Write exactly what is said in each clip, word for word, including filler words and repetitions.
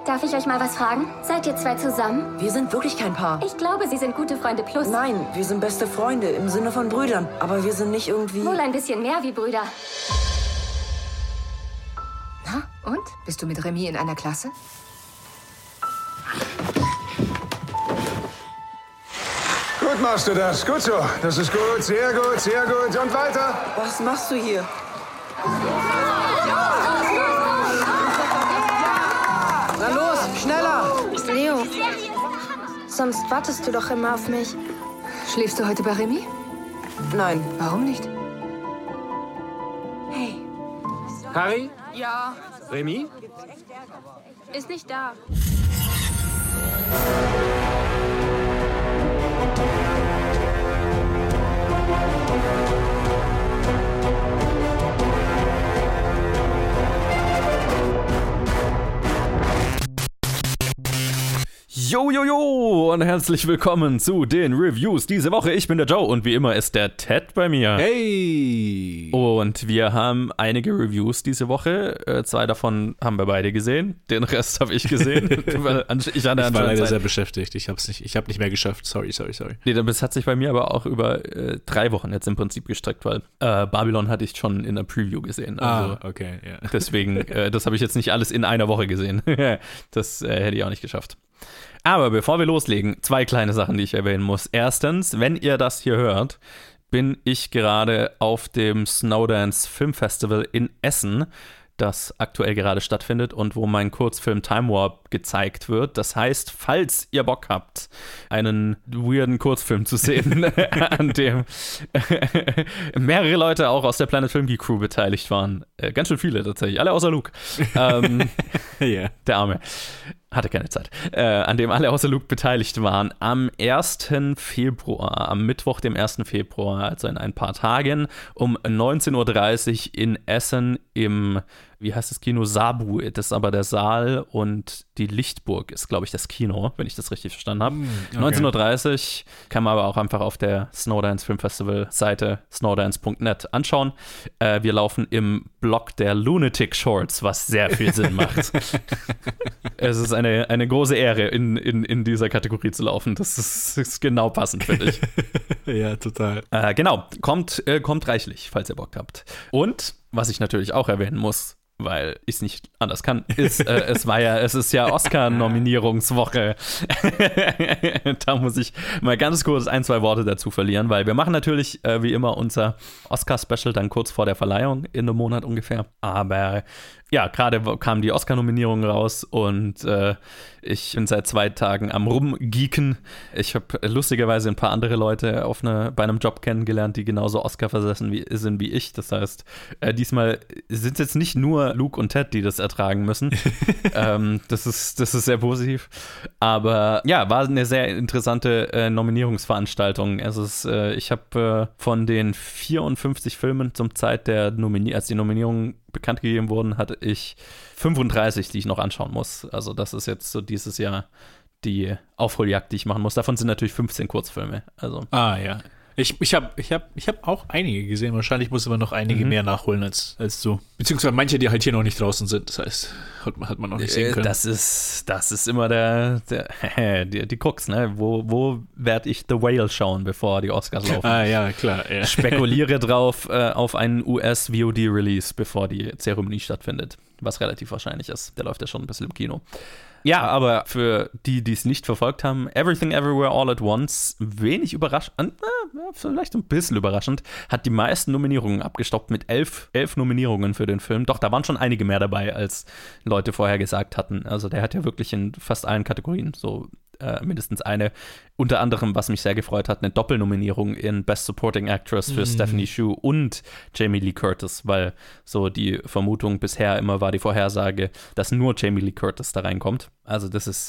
Darf ich euch mal was fragen? Seid ihr zwei zusammen? Wir sind wirklich kein Paar. Ich glaube, sie sind gute Freunde plus. Nein, wir sind beste Freunde im Sinne von Brüdern. Aber wir sind nicht irgendwie... Wohl ein bisschen mehr wie Brüder. Na, und? Bist du mit Remy in einer Klasse? Gut machst du das. Gut so. Das ist gut. Sehr gut, sehr gut. Und weiter. Was machst du hier? Na los, schneller! Leo, sonst wartest du doch immer auf mich. Schläfst du heute bei Remy? Nein. Warum nicht? Hey. Harry? Ja. Remy? Ist nicht da. Jo, jo, jo und herzlich willkommen zu den Reviews diese Woche. Ich bin der Joe und wie immer ist der Ted bei mir. Hey! Und wir haben einige Reviews diese Woche. Äh, zwei davon haben wir beide gesehen. Den Rest habe ich gesehen. Weil ich, ich war leider Zeit. sehr beschäftigt. Ich habe nicht, ich hab nicht mehr geschafft. Sorry, sorry, sorry. Nee, das hat sich bei mir aber auch über äh, drei Wochen jetzt im Prinzip gestreckt, weil äh, Babylon hatte ich schon in der Preview gesehen. Also ah, okay, ja. Yeah. Deswegen, äh, das habe ich jetzt nicht alles in einer Woche gesehen. Das äh, hätte ich auch nicht geschafft. Aber bevor wir loslegen, zwei kleine Sachen, die ich erwähnen muss. Erstens, wenn ihr das hier hört, bin ich gerade auf dem Snowdance Film Festival in Essen, das aktuell gerade stattfindet und wo mein Kurzfilm Time Warp gezeigt wird. Das heißt, falls ihr Bock habt, einen weirden Kurzfilm zu sehen, an dem mehrere Leute auch aus der Planet Film Geek Crew beteiligt waren. Äh, ganz schön viele tatsächlich, alle außer Luke. ähm, yeah. Der Arme. Hatte keine Zeit. Äh, an dem alle außer Luke beteiligt waren. Am ersten Februar, am Mittwoch, dem ersten Februar, also in ein paar Tagen, um neunzehn Uhr dreißig in Essen im, wie heißt das Kino? Sabu. Das ist aber der Saal und die Lichtburg ist, glaube ich, das Kino, wenn ich das richtig verstanden habe. Okay. neunzehn Uhr dreißig kann man aber auch einfach auf der Snowdance Film Festival Seite snowdance punkt net anschauen. Äh, wir laufen im Block der Lunatic Shorts, was sehr viel Sinn macht. Es ist eine, eine große Ehre, in, in, in dieser Kategorie zu laufen. Das ist, ist genau passend, finde ich. Ja, total. Äh, genau, kommt, äh, kommt reichlich, falls ihr Bock habt. Und, was ich natürlich auch erwähnen muss, weil ich es nicht anders kann, ist, äh, es war ja, es ist ja Oscar-Nominierungswoche. Da muss ich mal ganz kurz ein, zwei Worte dazu verlieren, weil wir machen natürlich, äh, wie immer, unser Oscar-Special dann kurz vor der Verleihung in einem Monat ungefähr. Aber ja, gerade kamen die Oscar-Nominierungen raus und äh, ich bin seit zwei Tagen am Rumgeeken. Ich habe lustigerweise ein paar andere Leute auf eine, bei einem Job kennengelernt, die genauso Oscar-versessen wie, sind wie ich. Das heißt, äh, diesmal sind es jetzt nicht nur Luke und Ted, die das ertragen müssen. ähm, das ist, das ist sehr positiv. Aber ja, war eine sehr interessante äh, Nominierungsveranstaltung. Also es, äh, ich habe äh, von den vierundfünfzig Filmen zum Zeit der Nominierung, als die Nominierungen bekannt gegeben wurden, hatte ich fünfunddreißig, die ich noch anschauen muss. Also das ist jetzt so dieses Jahr die Aufholjagd, die ich machen muss. Davon sind natürlich fünfzehn Kurzfilme. Also. Ah, ja. Ich, ich habe ich hab, ich hab auch einige gesehen. Wahrscheinlich muss aber noch einige mhm. mehr nachholen als, als du. Beziehungsweise manche, die halt hier noch nicht draußen sind. Das heißt, hat man, hat man noch nicht sehen können. Das ist, das ist immer der, der die, die Krux, ne? Wo, wo werde ich The Whale schauen, bevor die Oscars laufen? Ah, ja, klar. Ja. Spekuliere drauf äh, auf einen U S-V O D-Release, bevor die Zeremonie stattfindet. Was relativ wahrscheinlich ist. Der läuft ja schon ein bisschen im Kino. Ja, aber für die, die es nicht verfolgt haben, Everything Everywhere All at Once, wenig überraschend, äh, vielleicht ein bisschen überraschend, hat die meisten Nominierungen abgestoppt mit elf, elf Nominierungen für den Film. Doch, da waren schon einige mehr dabei, als Leute vorher gesagt hatten. Also der hat ja wirklich in fast allen Kategorien so äh, mindestens eine. Unter anderem, was mich sehr gefreut hat, eine Doppelnominierung in Best Supporting Actress für mm. Stephanie Hsu und Jamie Lee Curtis, weil so die Vermutung bisher immer war, die Vorhersage, dass nur Jamie Lee Curtis da reinkommt. Also das ist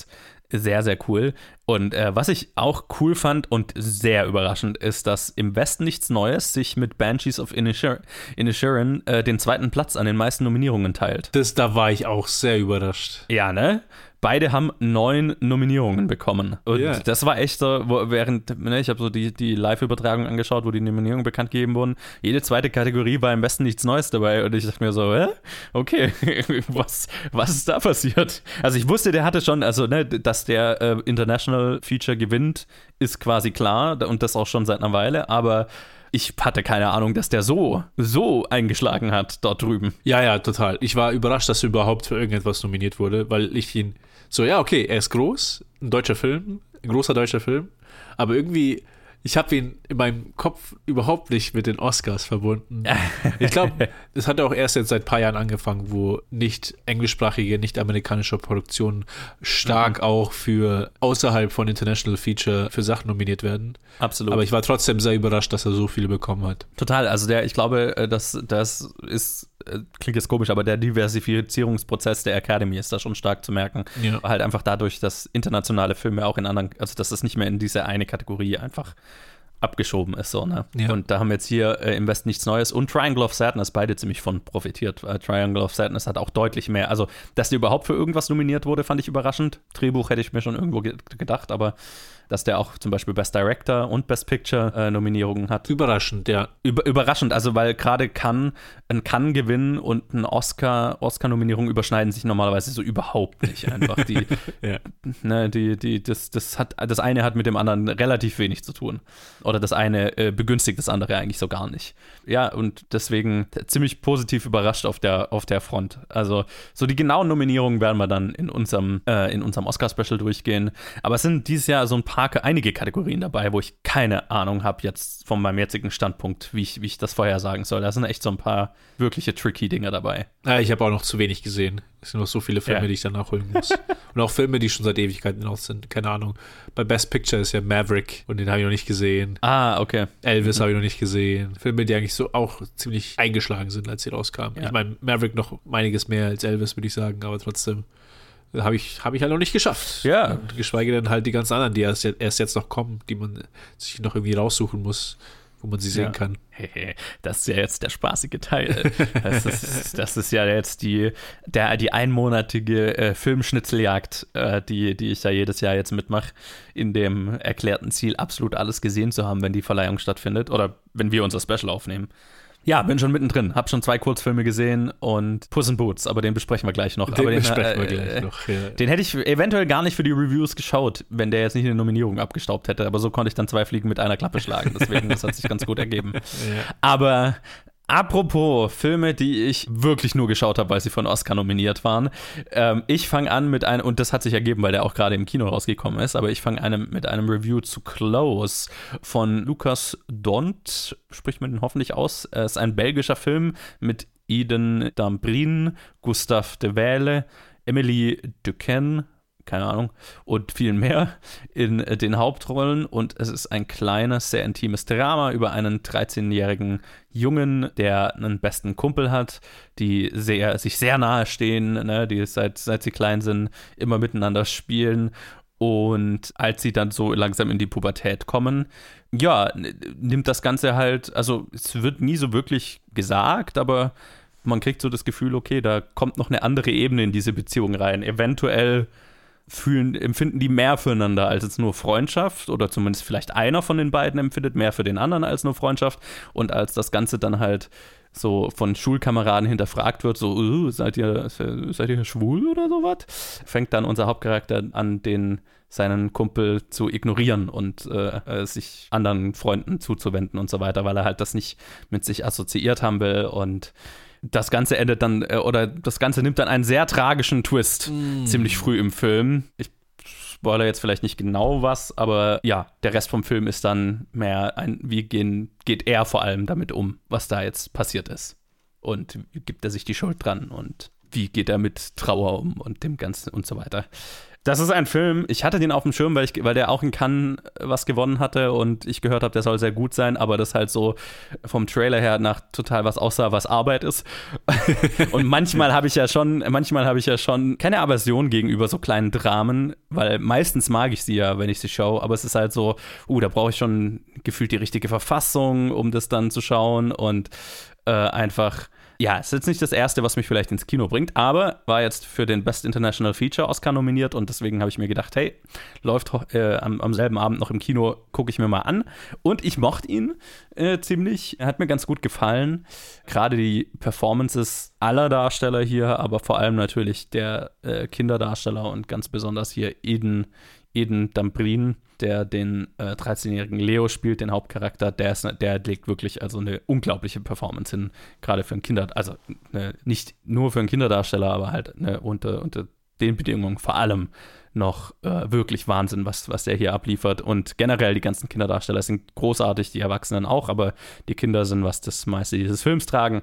Sehr, sehr cool. Und äh, was ich auch cool fand und sehr überraschend ist, dass im Westen nichts Neues sich mit Banshees of Inisherin, Inisherin äh, den zweiten Platz an den meisten Nominierungen teilt. Das, da war ich auch sehr überrascht. Ja, ne? Beide haben neun Nominierungen bekommen. Und yeah. das war echt so, wo, während, ne, ich habe so die, die Live-Übertragung angeschaut, wo die Nominierungen bekannt gegeben wurden. Jede zweite Kategorie war im Westen nichts Neues dabei. Und ich dachte mir so, hä? Okay, was, was ist da passiert? Also ich wusste, der hatte schon, also ne, dass der äh, International Feature gewinnt, ist quasi klar. Und das auch schon seit einer Weile. Aber ich hatte keine Ahnung, dass der so, so eingeschlagen hat dort drüben. Ja, ja, total. Ich war überrascht, dass er überhaupt für irgendetwas nominiert wurde, weil ich ihn so, ja, okay, er ist groß, ein deutscher Film, ein großer deutscher Film, aber irgendwie, ich habe ihn in meinem Kopf überhaupt nicht mit den Oscars verbunden. Ich glaube, es hat auch erst jetzt seit ein paar Jahren angefangen, wo nicht englischsprachige, nicht amerikanische Produktionen stark mhm. auch für außerhalb von International Feature für Sachen nominiert werden. Absolut. Aber ich war trotzdem sehr überrascht, dass er so viele bekommen hat. Total, also der, ich glaube, das, das ist, klingt jetzt komisch, aber der Diversifizierungsprozess der Academy ist da schon stark zu merken. Ja. Halt einfach dadurch, dass internationale Filme auch in anderen, also dass es nicht mehr in diese eine Kategorie einfach abgeschoben ist, so, ne? Ja. Und da haben wir jetzt hier äh, im Westen nichts Neues und Triangle of Sadness beide ziemlich von profitiert. Äh, Triangle of Sadness hat auch deutlich mehr, also, dass der überhaupt für irgendwas nominiert wurde, fand ich überraschend. Drehbuch hätte ich mir schon irgendwo ge- gedacht, aber dass der auch zum Beispiel Best Director und Best Picture äh, Nominierungen hat. Überraschend, ja. Über, überraschend, also weil gerade Cannes, ein Cannes-Gewinn und ein Oscar, Oscar-Nominierung überschneiden sich normalerweise so überhaupt nicht einfach. Die, ja. ne, die, die, das, das, hat, das eine hat mit dem anderen relativ wenig zu tun. Oder das eine äh, begünstigt das andere eigentlich so gar nicht. Ja, und deswegen ziemlich positiv überrascht auf der, auf der Front. Also so die genauen Nominierungen werden wir dann in unserem, äh, in unserem Oscar-Special durchgehen. Aber es sind dieses Jahr so ein paar, einige Kategorien dabei, wo ich keine Ahnung habe jetzt von meinem jetzigen Standpunkt, wie ich, wie ich das vorhersagen soll. Da sind echt so ein paar wirkliche tricky Dinge dabei. Ja, ich habe auch noch zu wenig gesehen. Es sind noch so viele Filme, ja. die ich dann nachholen muss. Und auch Filme, die schon seit Ewigkeiten raus sind. Keine Ahnung. Bei Best Picture ist ja Maverick und den habe ich noch nicht gesehen. Ah, okay. Elvis mhm. habe ich noch nicht gesehen. Filme, die eigentlich so auch ziemlich eingeschlagen sind, als sie rauskamen. Ja. Ich meine, Maverick noch einiges mehr als Elvis, würde ich sagen, aber trotzdem habe ich, hab ich halt noch nicht geschafft. Ja. Und geschweige denn halt die ganzen anderen, die erst, erst jetzt noch kommen, die man sich noch irgendwie raussuchen muss, wo man sie sehen ja. kann. Das ist ja jetzt der spaßige Teil. Das ist, das ist ja jetzt die, der, die einmonatige äh, Filmschnitzeljagd, äh, die, die ich ja jedes Jahr jetzt mitmache, in dem erklärten Ziel, absolut alles gesehen zu haben, wenn die Verleihung stattfindet oder wenn wir unser Special aufnehmen. Ja, bin schon mittendrin. Hab schon zwei Kurzfilme gesehen und Puss in Boots, aber den besprechen wir gleich noch. Den aber den, besprechen äh, wir gleich noch, ja. Den hätte ich eventuell gar nicht für die Reviews geschaut, wenn der jetzt nicht eine Nominierung abgestaubt hätte. Aber so konnte ich dann zwei Fliegen mit einer Klappe schlagen. Deswegen, das hat sich ganz gut ergeben. Ja. Aber apropos Filme, die ich wirklich nur geschaut habe, weil sie von Oscar nominiert waren. Ähm, ich fange an mit einem, und das hat sich ergeben, weil der auch gerade im Kino rausgekommen ist, aber ich fange einem, mit einem Review zu Close von Lucas Dont, spricht man den hoffentlich aus. Es ist ein belgischer Film mit Eden Dambrin, Gustave de Waele, Emily Duquesne, keine Ahnung, und vielen mehr in den Hauptrollen. Und es ist ein kleines, sehr intimes Drama über einen dreizehnjährigen Jungen, der einen besten Kumpel hat, die sehr, sich sehr nahe stehen, ne, die seit, seit sie klein sind, immer miteinander spielen. Und als sie dann so langsam in die Pubertät kommen, ja, nimmt das Ganze halt, also es wird nie so wirklich gesagt, aber man kriegt so das Gefühl, okay, da kommt noch eine andere Ebene in diese Beziehung rein. Eventuell fühlen, empfinden die mehr füreinander als jetzt nur Freundschaft oder zumindest vielleicht einer von den beiden empfindet mehr für den anderen als nur Freundschaft und als das Ganze dann halt so von Schulkameraden hinterfragt wird, so, uh, seid ihr, seid ihr schwul oder sowas? Fängt dann unser Hauptcharakter an, den seinen Kumpel zu ignorieren und äh, sich anderen Freunden zuzuwenden und so weiter, weil er halt das nicht mit sich assoziiert haben will und das Ganze endet dann, oder das Ganze nimmt dann einen sehr tragischen Twist, mm. ziemlich früh im Film. Ich spoilere jetzt vielleicht nicht genau was, aber ja, der Rest vom Film ist dann mehr ein, wie gehen, geht er vor allem damit um, was da jetzt passiert ist. Und gibt er sich die Schuld dran und wie geht er mit Trauer um und dem Ganzen und so weiter. Das ist ein Film, ich hatte den auf dem Schirm, weil, ich, weil der auch in Cannes was gewonnen hatte und ich gehört habe, der soll sehr gut sein, aber das halt so vom Trailer her nach total was aussah, was Arbeit ist. Und manchmal habe ich ja schon, manchmal habe ich ja schon keine Aversion gegenüber so kleinen Dramen, weil meistens mag ich sie ja, wenn ich sie schaue, aber es ist halt so, uh, da brauche ich schon gefühlt die richtige Verfassung, um das dann zu schauen und äh, einfach... Ja, es ist jetzt nicht das Erste, was mich vielleicht ins Kino bringt, aber war jetzt für den Best International Feature Oscar nominiert und deswegen habe ich mir gedacht, hey, läuft äh, am, am selben Abend noch im Kino, gucke ich mir mal an. Und ich mochte ihn äh, ziemlich, er hat mir ganz gut gefallen. Gerade die Performances aller Darsteller hier, aber vor allem natürlich der äh, Kinderdarsteller und ganz besonders hier Eden, Eden Dambrin, der den äh, dreizehnjährigen Leo spielt, den Hauptcharakter, der, ist, der legt wirklich also eine unglaubliche Performance hin, gerade für einen Kinder, also ne, nicht nur für einen Kinderdarsteller, aber halt ne, unter, unter den Bedingungen vor allem noch äh, wirklich Wahnsinn, was, was der hier abliefert. Und generell die ganzen Kinderdarsteller sind großartig, die Erwachsenen auch, aber die Kinder sind, was das meiste dieses Films tragen.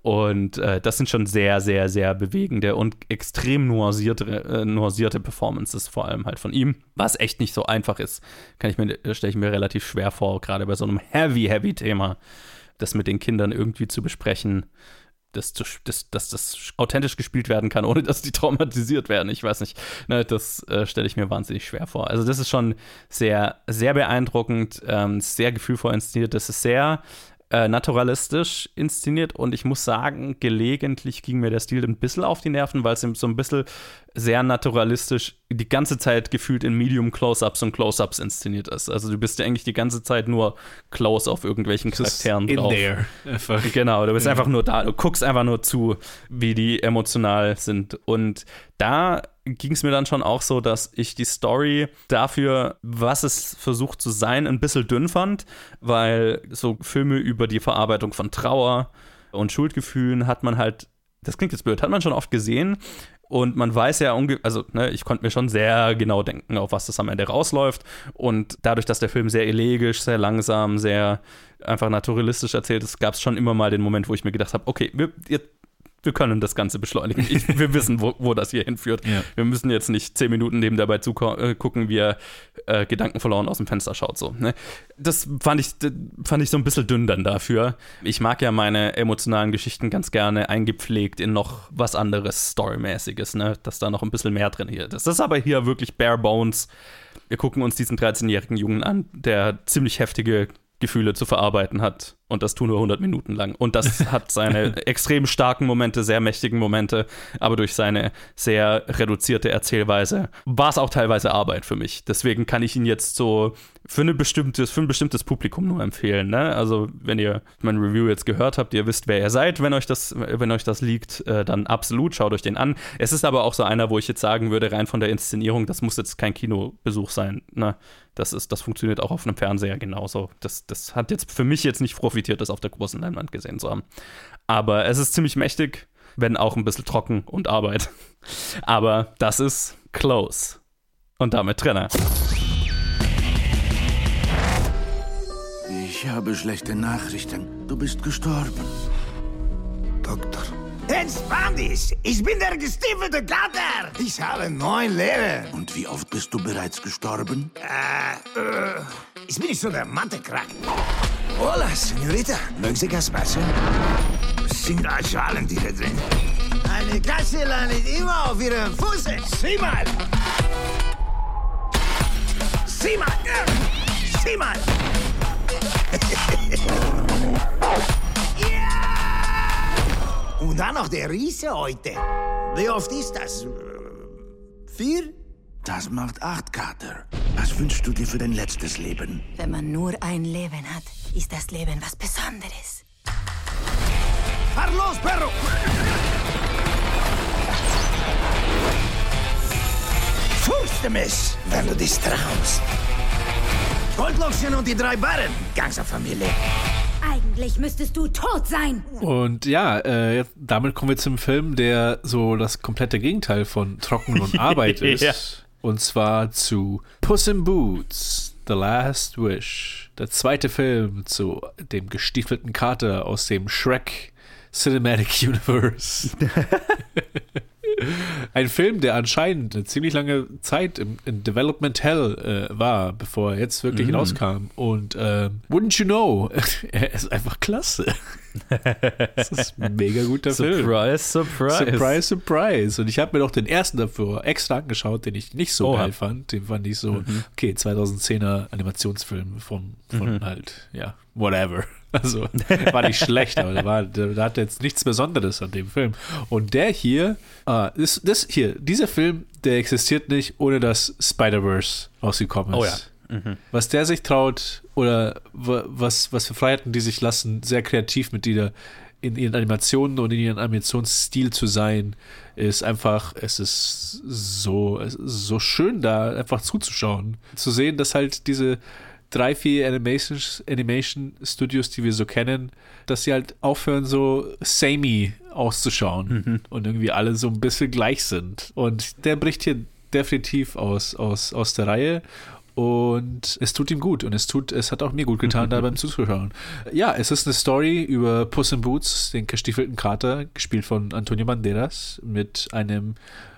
Und äh, das sind schon sehr, sehr, sehr bewegende und extrem nuancierte, äh, nuancierte Performances, vor allem halt von ihm, was echt nicht so einfach ist. Kann ich mir, stelle ich mir relativ schwer vor, gerade bei so einem heavy, heavy Thema, das mit den Kindern irgendwie zu besprechen. Dass das, das, das authentisch gespielt werden kann, ohne dass die traumatisiert werden. Ich weiß nicht, ne, das äh, stelle ich mir wahnsinnig schwer vor. Also das ist schon sehr, sehr beeindruckend, ähm, sehr gefühlvoll inszeniert. Das ist sehr äh, naturalistisch inszeniert und ich muss sagen, gelegentlich ging mir der Stil ein bisschen auf die Nerven, weil es so ein bisschen sehr naturalistisch die ganze Zeit gefühlt in Medium-Close-Ups und Close-Ups inszeniert ist. Also du bist ja eigentlich die ganze Zeit nur close auf irgendwelchen Charakteren drauf. In there. Einfach. Genau, du bist ja. einfach nur da, du guckst einfach nur zu, wie die emotional sind. Und da ging es mir dann schon auch so, dass ich die Story dafür, was es versucht zu sein, ein bisschen dünn fand, weil so Filme über die Verarbeitung von Trauer und Schuldgefühlen hat man halt, das klingt jetzt blöd, hat man schon oft gesehen. Und man weiß ja, unge- also ne, ich konnte mir schon sehr genau denken, auf was das am Ende rausläuft. Und dadurch, dass der Film sehr elegisch, sehr langsam, sehr einfach naturalistisch erzählt ist, gab es schon immer mal den Moment, wo ich mir gedacht habe, okay, wir, wir, wir können das Ganze beschleunigen. Ich, wir wissen, wo, wo das hier hinführt. Ja. Wir müssen jetzt nicht zehn Minuten neben dabei zugucken, wie er äh, gedankenverloren aus dem Fenster schaut. So, ne? Das fand ich, das fand ich so ein bisschen dünn dann dafür. Ich mag ja meine emotionalen Geschichten ganz gerne eingepflegt in noch was anderes Storymäßiges, ne? Dass da noch ein bisschen mehr drin hier ist. Das ist aber hier wirklich bare bones. Wir gucken uns diesen dreizehnjährigen Jungen an, der ziemlich heftige Gefühle zu verarbeiten hat. Und das tun wir hundert Minuten lang. Und das hat seine extrem starken Momente, sehr mächtigen Momente. Aber durch seine sehr reduzierte Erzählweise war es auch teilweise Arbeit für mich. Deswegen kann ich ihn jetzt so für, eine bestimmtes, für ein bestimmtes Publikum nur empfehlen. Ne? Also wenn ihr mein Review jetzt gehört habt, ihr wisst, wer ihr seid, wenn euch das, wenn euch das liegt, äh, dann absolut, schaut euch den an. Es ist aber auch so einer, wo ich jetzt sagen würde, rein von der Inszenierung, das muss jetzt kein Kinobesuch sein. Ne? Das ist, das funktioniert auch auf einem Fernseher genauso. Das, das hat jetzt für mich jetzt nicht profitiert, das auf der großen Leinwand gesehen zu haben. Aber es ist ziemlich mächtig, wenn auch ein bisschen trocken und Arbeit. Aber das ist Close. Und damit Trenner. Ich habe schlechte Nachrichten. Du bist gestorben. Doktor. Entspann dich! Ich bin der gestiefelte Kater! Ich habe neun Leben. Und wie oft bist du bereits gestorben? Äh, äh, ich bin nicht so der Mathe-Crack. Hola, Senorita. Mögen Sie Gaspacho? Sind da Schalentiere drin? Eine Katze landet immer auf ihrem Fuß. Sieh mal! Sieh mal! Sieh mal! Und dann noch der Riese heute. Wie oft ist das? Vier? Das macht acht, Kater. Was wünschst du dir für dein letztes Leben? Wenn man nur ein Leben hat, ist das Leben was Besonderes. Fahr los, Perro! Fürchte mich, wenn du dich traust. Goldlockchen und die drei Barren, Gangsterfamilie. Eigentlich müsstest du tot sein. Und ja, äh, damit kommen wir zum Film, der so das komplette Gegenteil von Trocken und Arbeit ist. Ja. Und zwar zu Puss in Boots, The Last Wish. Der zweite Film zu dem gestiefelten Kater aus dem Shrek Cinematic Universe. Ein Film, der anscheinend eine ziemlich lange Zeit im, in Development Hell äh, war, bevor er jetzt wirklich mm. rauskam. Und ähm, wouldn't you know, er ist einfach klasse. Das ist ein mega guter surprise, Film. Surprise, surprise. Surprise, surprise. Und ich habe mir doch den ersten davor extra angeschaut, den ich nicht so oh. geil fand. Den fand ich so, mhm. okay, zweitausendzehner Animationsfilm von, von mhm. halt, ja, whatever. Also, war nicht schlecht, aber da, war, da, da hat jetzt nichts Besonderes an dem Film. Und der hier, ah, das, das hier, dieser Film, der existiert nicht, ohne dass Spider-Verse rausgekommen ist. Oh ja. Mhm. Was der sich traut oder was, was für Freiheiten die sich lassen, sehr kreativ mit dieser in ihren Animationen und in ihren Animationsstil zu sein, ist einfach, es ist so, es ist so schön da einfach zuzuschauen. Zu sehen, dass halt diese drei, vier Animation, Animation Studios, die wir so kennen, dass sie halt aufhören, so samey auszuschauen mhm. und irgendwie alle so ein bisschen gleich sind. Und der bricht hier definitiv aus, aus, aus der Reihe. Und es tut ihm gut und es tut, es hat auch mir gut getan, da beim Zuschauen. Ja, es ist eine Story über Puss in Boots, den gestiefelten Kater, gespielt von Antonio Banderas, mit einem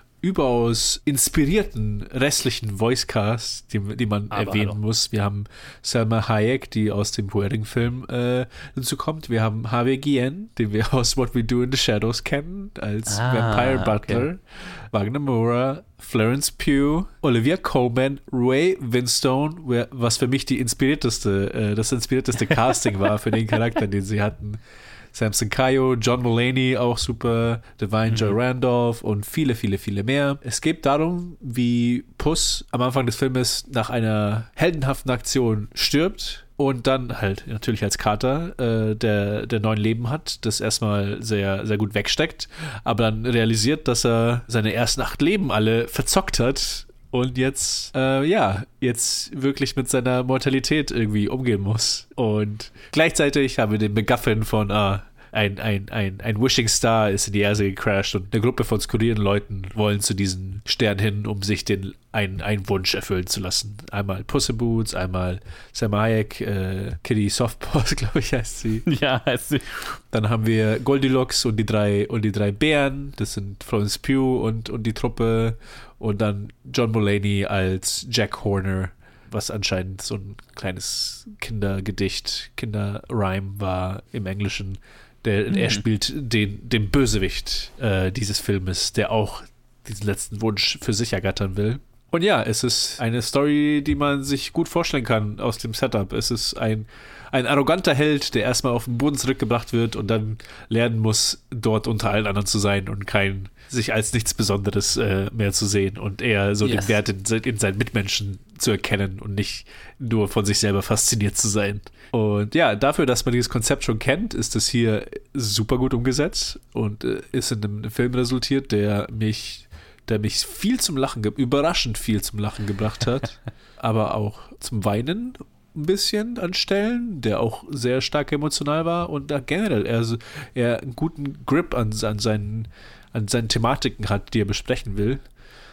überaus inspirierten restlichen Voicecast, die, die man Aber erwähnen hallo. muss. Wir haben Salma Hayek, die aus dem vorherigen Film äh, dazu kommt. Wir haben Harvey Guillen, den wir aus What We Do in the Shadows kennen, als ah, Vampire Butler. Okay. Wagner Moura, Florence Pugh, Olivia Colman, Ray Winstone, was für mich die inspirierteste, äh, das inspirierteste Casting war für den Charakter, den sie hatten. Samson Kayo, John Mulaney, auch super, Divine mhm. Joy Randolph und viele, viele, viele mehr. Es geht darum, wie Puss am Anfang des Filmes nach einer heldenhaften Aktion stirbt und dann halt natürlich als Kater äh, der, der neuen Leben hat, das erstmal sehr, sehr gut wegsteckt, aber dann realisiert, dass er seine ersten acht Leben alle verzockt hat und jetzt, äh, ja, jetzt wirklich mit seiner Mortalität irgendwie umgehen muss. Und gleichzeitig haben wir den MacGuffin von, ah, ein, ein, ein, ein Wishing Star ist in die Erde gecrashed und eine Gruppe von skurrilen Leuten wollen zu diesen Sternen hin, um sich den einen, einen Wunsch erfüllen zu lassen. Einmal Puss in Boots, einmal Salma Hayek, äh, Kitty Softpaws, glaube ich, heißt sie. Ja, heißt sie. Dann haben wir Goldilocks und die drei, und die drei Bären, das sind Florence Pugh und, und die Truppe. Und dann John Mulaney als Jack Horner, was anscheinend so ein kleines Kindergedicht, Kinderrhyme war im Englischen. Der, mhm. Er spielt den, den Bösewicht äh, dieses Filmes, der auch diesen letzten Wunsch für sich ergattern will. Und ja, es ist eine Story, die man sich gut vorstellen kann aus dem Setup. Es ist ein, ein arroganter Held, der erstmal auf den Boden zurückgebracht wird und dann lernen muss, dort unter allen anderen zu sein und kein sich als nichts Besonderes äh, mehr zu sehen und eher so yes. den Wert in, in seinen Mitmenschen zu erkennen und nicht nur von sich selber fasziniert zu sein. Und ja, dafür, dass man dieses Konzept schon kennt, ist es hier super gut umgesetzt und äh, ist in einem Film resultiert, der mich der mich viel zum Lachen, überraschend viel zum Lachen gebracht hat, aber auch zum Weinen ein bisschen an Stellen, der auch sehr stark emotional war und da generell er, er einen guten Grip an, an, seinen, an seinen Thematiken hat, die er besprechen will.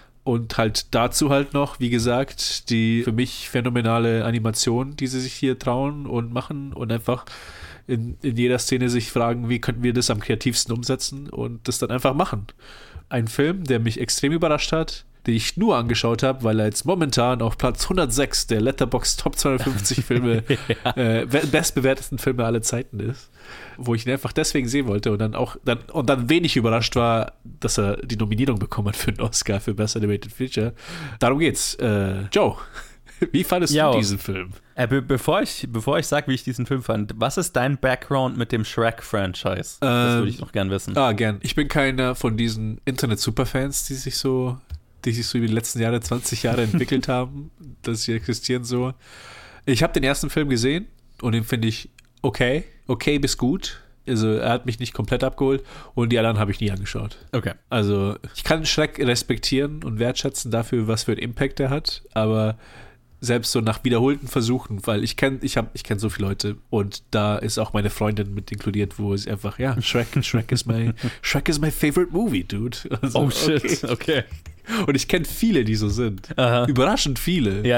Und halt dazu halt noch, wie gesagt, die für mich phänomenale Animation, die sie sich hier trauen und machen und einfach in, in jeder Szene sich fragen, wie könnten wir das am kreativsten umsetzen und das dann einfach machen. Ein Film, der mich extrem überrascht hat, den ich nur angeschaut habe, weil er jetzt momentan auf Platz hundertsechs der Letterboxd Top zweihundertfünfzig Filme, ja. äh, bestbewertesten Filme aller Zeiten ist, wo ich ihn einfach deswegen sehen wollte und dann auch dann, und dann wenig überrascht war, dass er die Nominierung bekommen hat für den Oscar für Best Animated Feature. Darum geht's. Äh, Joe, wie fandest ja, du diesen Film? Äh, be- bevor ich, bevor ich sage, wie ich diesen Film fand, was ist dein Background mit dem Shrek-Franchise? Ähm, das würde ich noch gern wissen. Ah, gern. Ich bin keiner von diesen Internet-Superfans, die sich so, die sich so über die letzten Jahre, zwanzig Jahre entwickelt haben, dass sie existieren so. Ich habe den ersten Film gesehen und den finde ich okay, okay bis gut. Also er hat mich nicht komplett abgeholt und die anderen habe ich nie angeschaut. Okay. Also ich kann Shrek respektieren und wertschätzen dafür, was für einen Impact er hat, aber selbst so nach wiederholten Versuchen, weil ich kenne ich hab, ich kenn so viele Leute und da ist auch meine Freundin mit inkludiert, wo es einfach, ja, Shrek, Shrek is my, Shrek is my favorite movie, dude. Also, oh shit, okay. okay. Und ich kenne viele, die so sind. Aha. Überraschend viele. Ja, ja.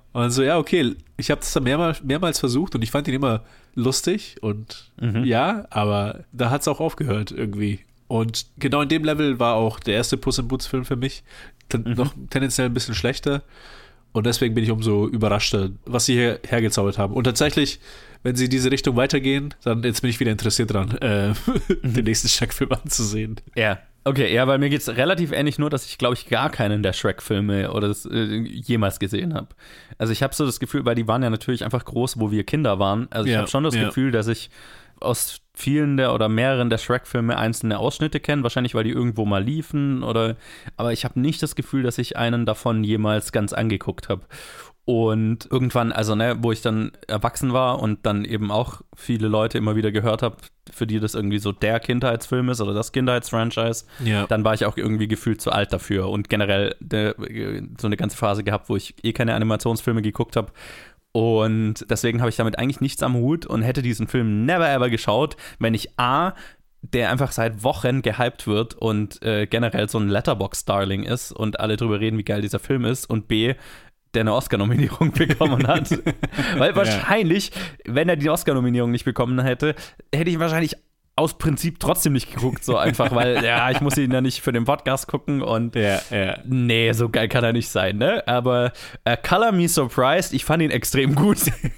Und so, ja, okay, ich habe das dann mehrmals, mehrmals versucht und ich fand ihn immer lustig und mhm. ja, aber da hat es auch aufgehört irgendwie. Und genau in dem Level war auch der erste Puss in Boots Film für mich ten- mhm. noch tendenziell ein bisschen schlechter. Und deswegen bin ich umso überraschter, was sie hier hergezaubert haben. Und tatsächlich, wenn sie in diese Richtung weitergehen, dann jetzt bin ich wieder interessiert dran, äh, den nächsten Shrek-Film anzusehen. Ja, okay, ja, weil mir geht es relativ ähnlich, nur dass ich, glaube ich, gar keinen der Shrek-Filme oder das, äh, jemals gesehen habe. Also ich habe so das Gefühl, weil die waren ja natürlich einfach groß, wo wir Kinder waren. Also ich ja, habe schon das ja. Gefühl, dass ich aus vielen der oder mehreren der Shrek-Filme einzelne Ausschnitte kenne, wahrscheinlich, weil die irgendwo mal liefen oder, aber ich habe nicht das Gefühl, dass ich einen davon jemals ganz angeguckt habe. Und irgendwann, also ne, wo ich dann erwachsen war und dann eben auch viele Leute immer wieder gehört habe, für die das irgendwie so der Kindheitsfilm ist oder das Kindheitsfranchise, ja. dann war ich auch irgendwie gefühlt zu alt dafür und generell de, so eine ganze Phase gehabt, wo ich eh keine Animationsfilme geguckt habe. Und deswegen habe ich damit eigentlich nichts am Hut und hätte diesen Film never ever geschaut, wenn ich A, der einfach seit Wochen gehypt wird und äh, generell so ein Letterboxd-Darling ist und alle drüber reden, wie geil dieser Film ist, und B, der eine Oscar-Nominierung bekommen hat. Weil wahrscheinlich, wenn er die Oscar-Nominierung nicht bekommen hätte, hätte ich wahrscheinlich aus Prinzip trotzdem nicht geguckt, so einfach, weil, ja, ich muss ihn ja nicht für den Podcast gucken und ja, ja. nee, so geil kann er nicht sein, ne? Aber uh, Color Me Surprised, ich fand ihn extrem gut.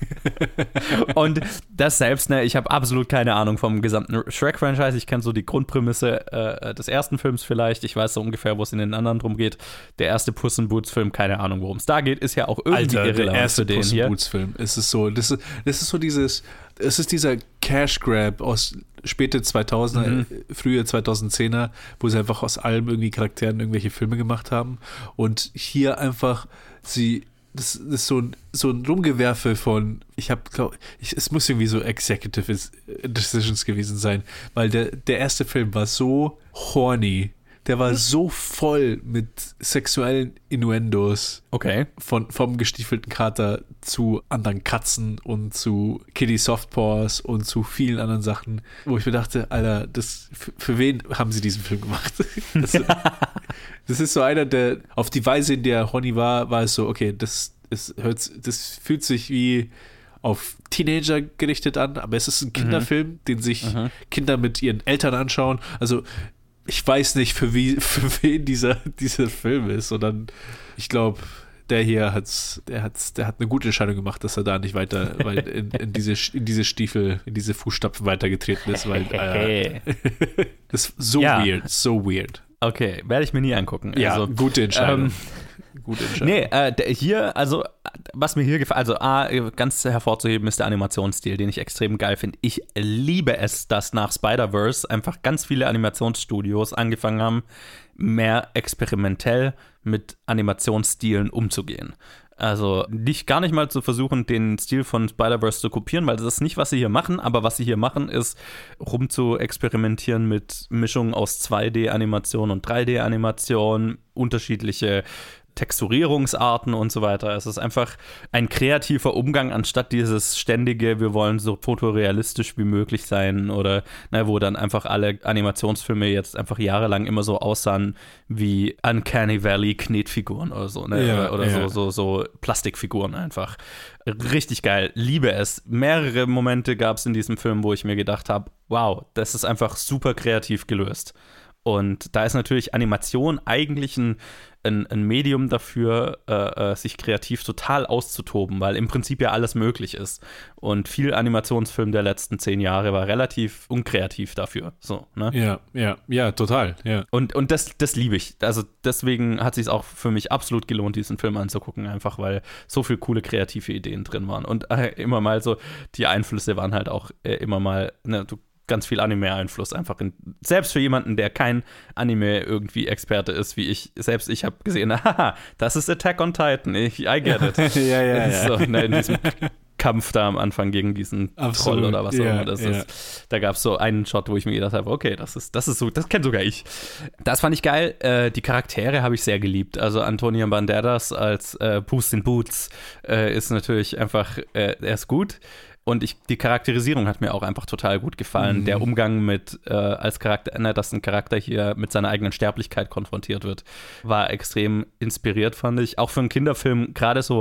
Und das selbst, ne, ich habe absolut keine Ahnung vom gesamten Shrek-Franchise. Ich kenne so die Grundprämisse äh, des ersten Films vielleicht. Ich weiß so ungefähr, wo es in den anderen drum geht. Der erste Puss in Boots-Film, keine Ahnung, worum es da geht, ist ja auch irgendwie Alter, irrelevant der erste für den Puss in hier. Boots-Film. Es ist so, das ist, das ist so dieses, es ist dieser Cash-Grab aus späte zweitausender, mhm. frühe zweitausendzehner, wo sie einfach aus allem irgendwie Charakteren irgendwelche Filme gemacht haben und hier einfach sie, das, das ist so ein, so ein Rumgewerfe von, ich habe, glaube ich, es muss irgendwie so Executive Decisions gewesen sein, weil der, der erste Film war so horny. Der war so voll mit sexuellen Innuendos. Okay. Von, vom gestiefelten Kater zu anderen Katzen und zu Kitty Softpaws und zu vielen anderen Sachen, wo ich mir dachte, Alter, das, für, für wen haben sie diesen Film gemacht? Das, das ist so einer, der auf die Weise, in der Horny war, war es so, okay, das, das, hört, das fühlt sich wie auf Teenager gerichtet an, aber es ist ein Kinderfilm, mhm. den sich mhm. Kinder mit ihren Eltern anschauen. Also ich weiß nicht, für, wie, für wen dieser, dieser Film ist, sondern ich glaube, der hier hat's, der, hat's, der hat eine gute Entscheidung gemacht, dass er da nicht weiter weil in, in, diese, in diese Stiefel, in diese Fußstapfen weitergetreten ist, weil äh, das ist so ja. weird, so weird. Okay, werde ich mir nie angucken. Ja, also, gute Entscheidung. Ähm, Gute Entscheidung. Nee, äh, der, hier, also, was mir hier gefällt, also, A, ganz hervorzuheben ist der Animationsstil, den ich extrem geil finde. Ich liebe es, dass nach Spider-Verse einfach ganz viele Animationsstudios angefangen haben, mehr experimentell mit Animationsstilen umzugehen. Also nicht gar nicht mal zu versuchen, den Stil von Spider-Verse zu kopieren, weil das ist nicht, was sie hier machen, aber was sie hier machen, ist rum zu experimentieren mit Mischungen aus zwei D-Animation und drei D-Animation, unterschiedliche Texturierungsarten und so weiter. Es ist einfach ein kreativer Umgang, anstatt dieses ständige, wir wollen so fotorealistisch wie möglich sein oder na, wo dann einfach alle Animationsfilme jetzt einfach jahrelang immer so aussahen wie Uncanny Valley Knetfiguren oder so, ne? Ja, oder oder ja. so, so, so Plastikfiguren einfach. Richtig geil, liebe es. Mehrere Momente gab es in diesem Film, wo ich mir gedacht habe, wow, das ist einfach super kreativ gelöst. Und da ist natürlich Animation eigentlich ein, ein, ein Medium dafür, äh, sich kreativ total auszutoben, weil im Prinzip ja alles möglich ist. Und viel Animationsfilm der letzten zehn Jahre war relativ unkreativ dafür. So, ne? Ja, ja, ja, total. Ja. Und, und das, das liebe ich. Also deswegen hat es sich auch für mich absolut gelohnt, diesen Film anzugucken, einfach weil so viele coole kreative Ideen drin waren. Und äh, immer mal so, die Einflüsse waren halt auch äh, immer mal, ne, du ganz viel Anime-Einfluss einfach in, selbst für jemanden, der kein Anime irgendwie Experte ist, wie ich, selbst ich habe gesehen, haha, das ist Attack on Titan, ich, I get it. ja, ja, ja. So, ne, in diesem Kampf da am Anfang gegen diesen Absolut. Troll oder was auch ja, immer das ja. ist. Da gab es so einen Shot, wo ich mir gedacht habe, okay, das ist, das ist so, das kennt sogar ich. Das fand ich geil. Äh, die Charaktere habe ich sehr geliebt. Also Antonio Banderas als äh, Puss in Boots äh, ist natürlich einfach, äh, er ist gut. Und ich, die Charakterisierung hat mir auch einfach total gut gefallen. Mhm. Der Umgang mit, äh, als Charakter, ne, dass ein Charakter hier mit seiner eigenen Sterblichkeit konfrontiert wird, war extrem inspiriert, fand ich. Auch für einen Kinderfilm, gerade so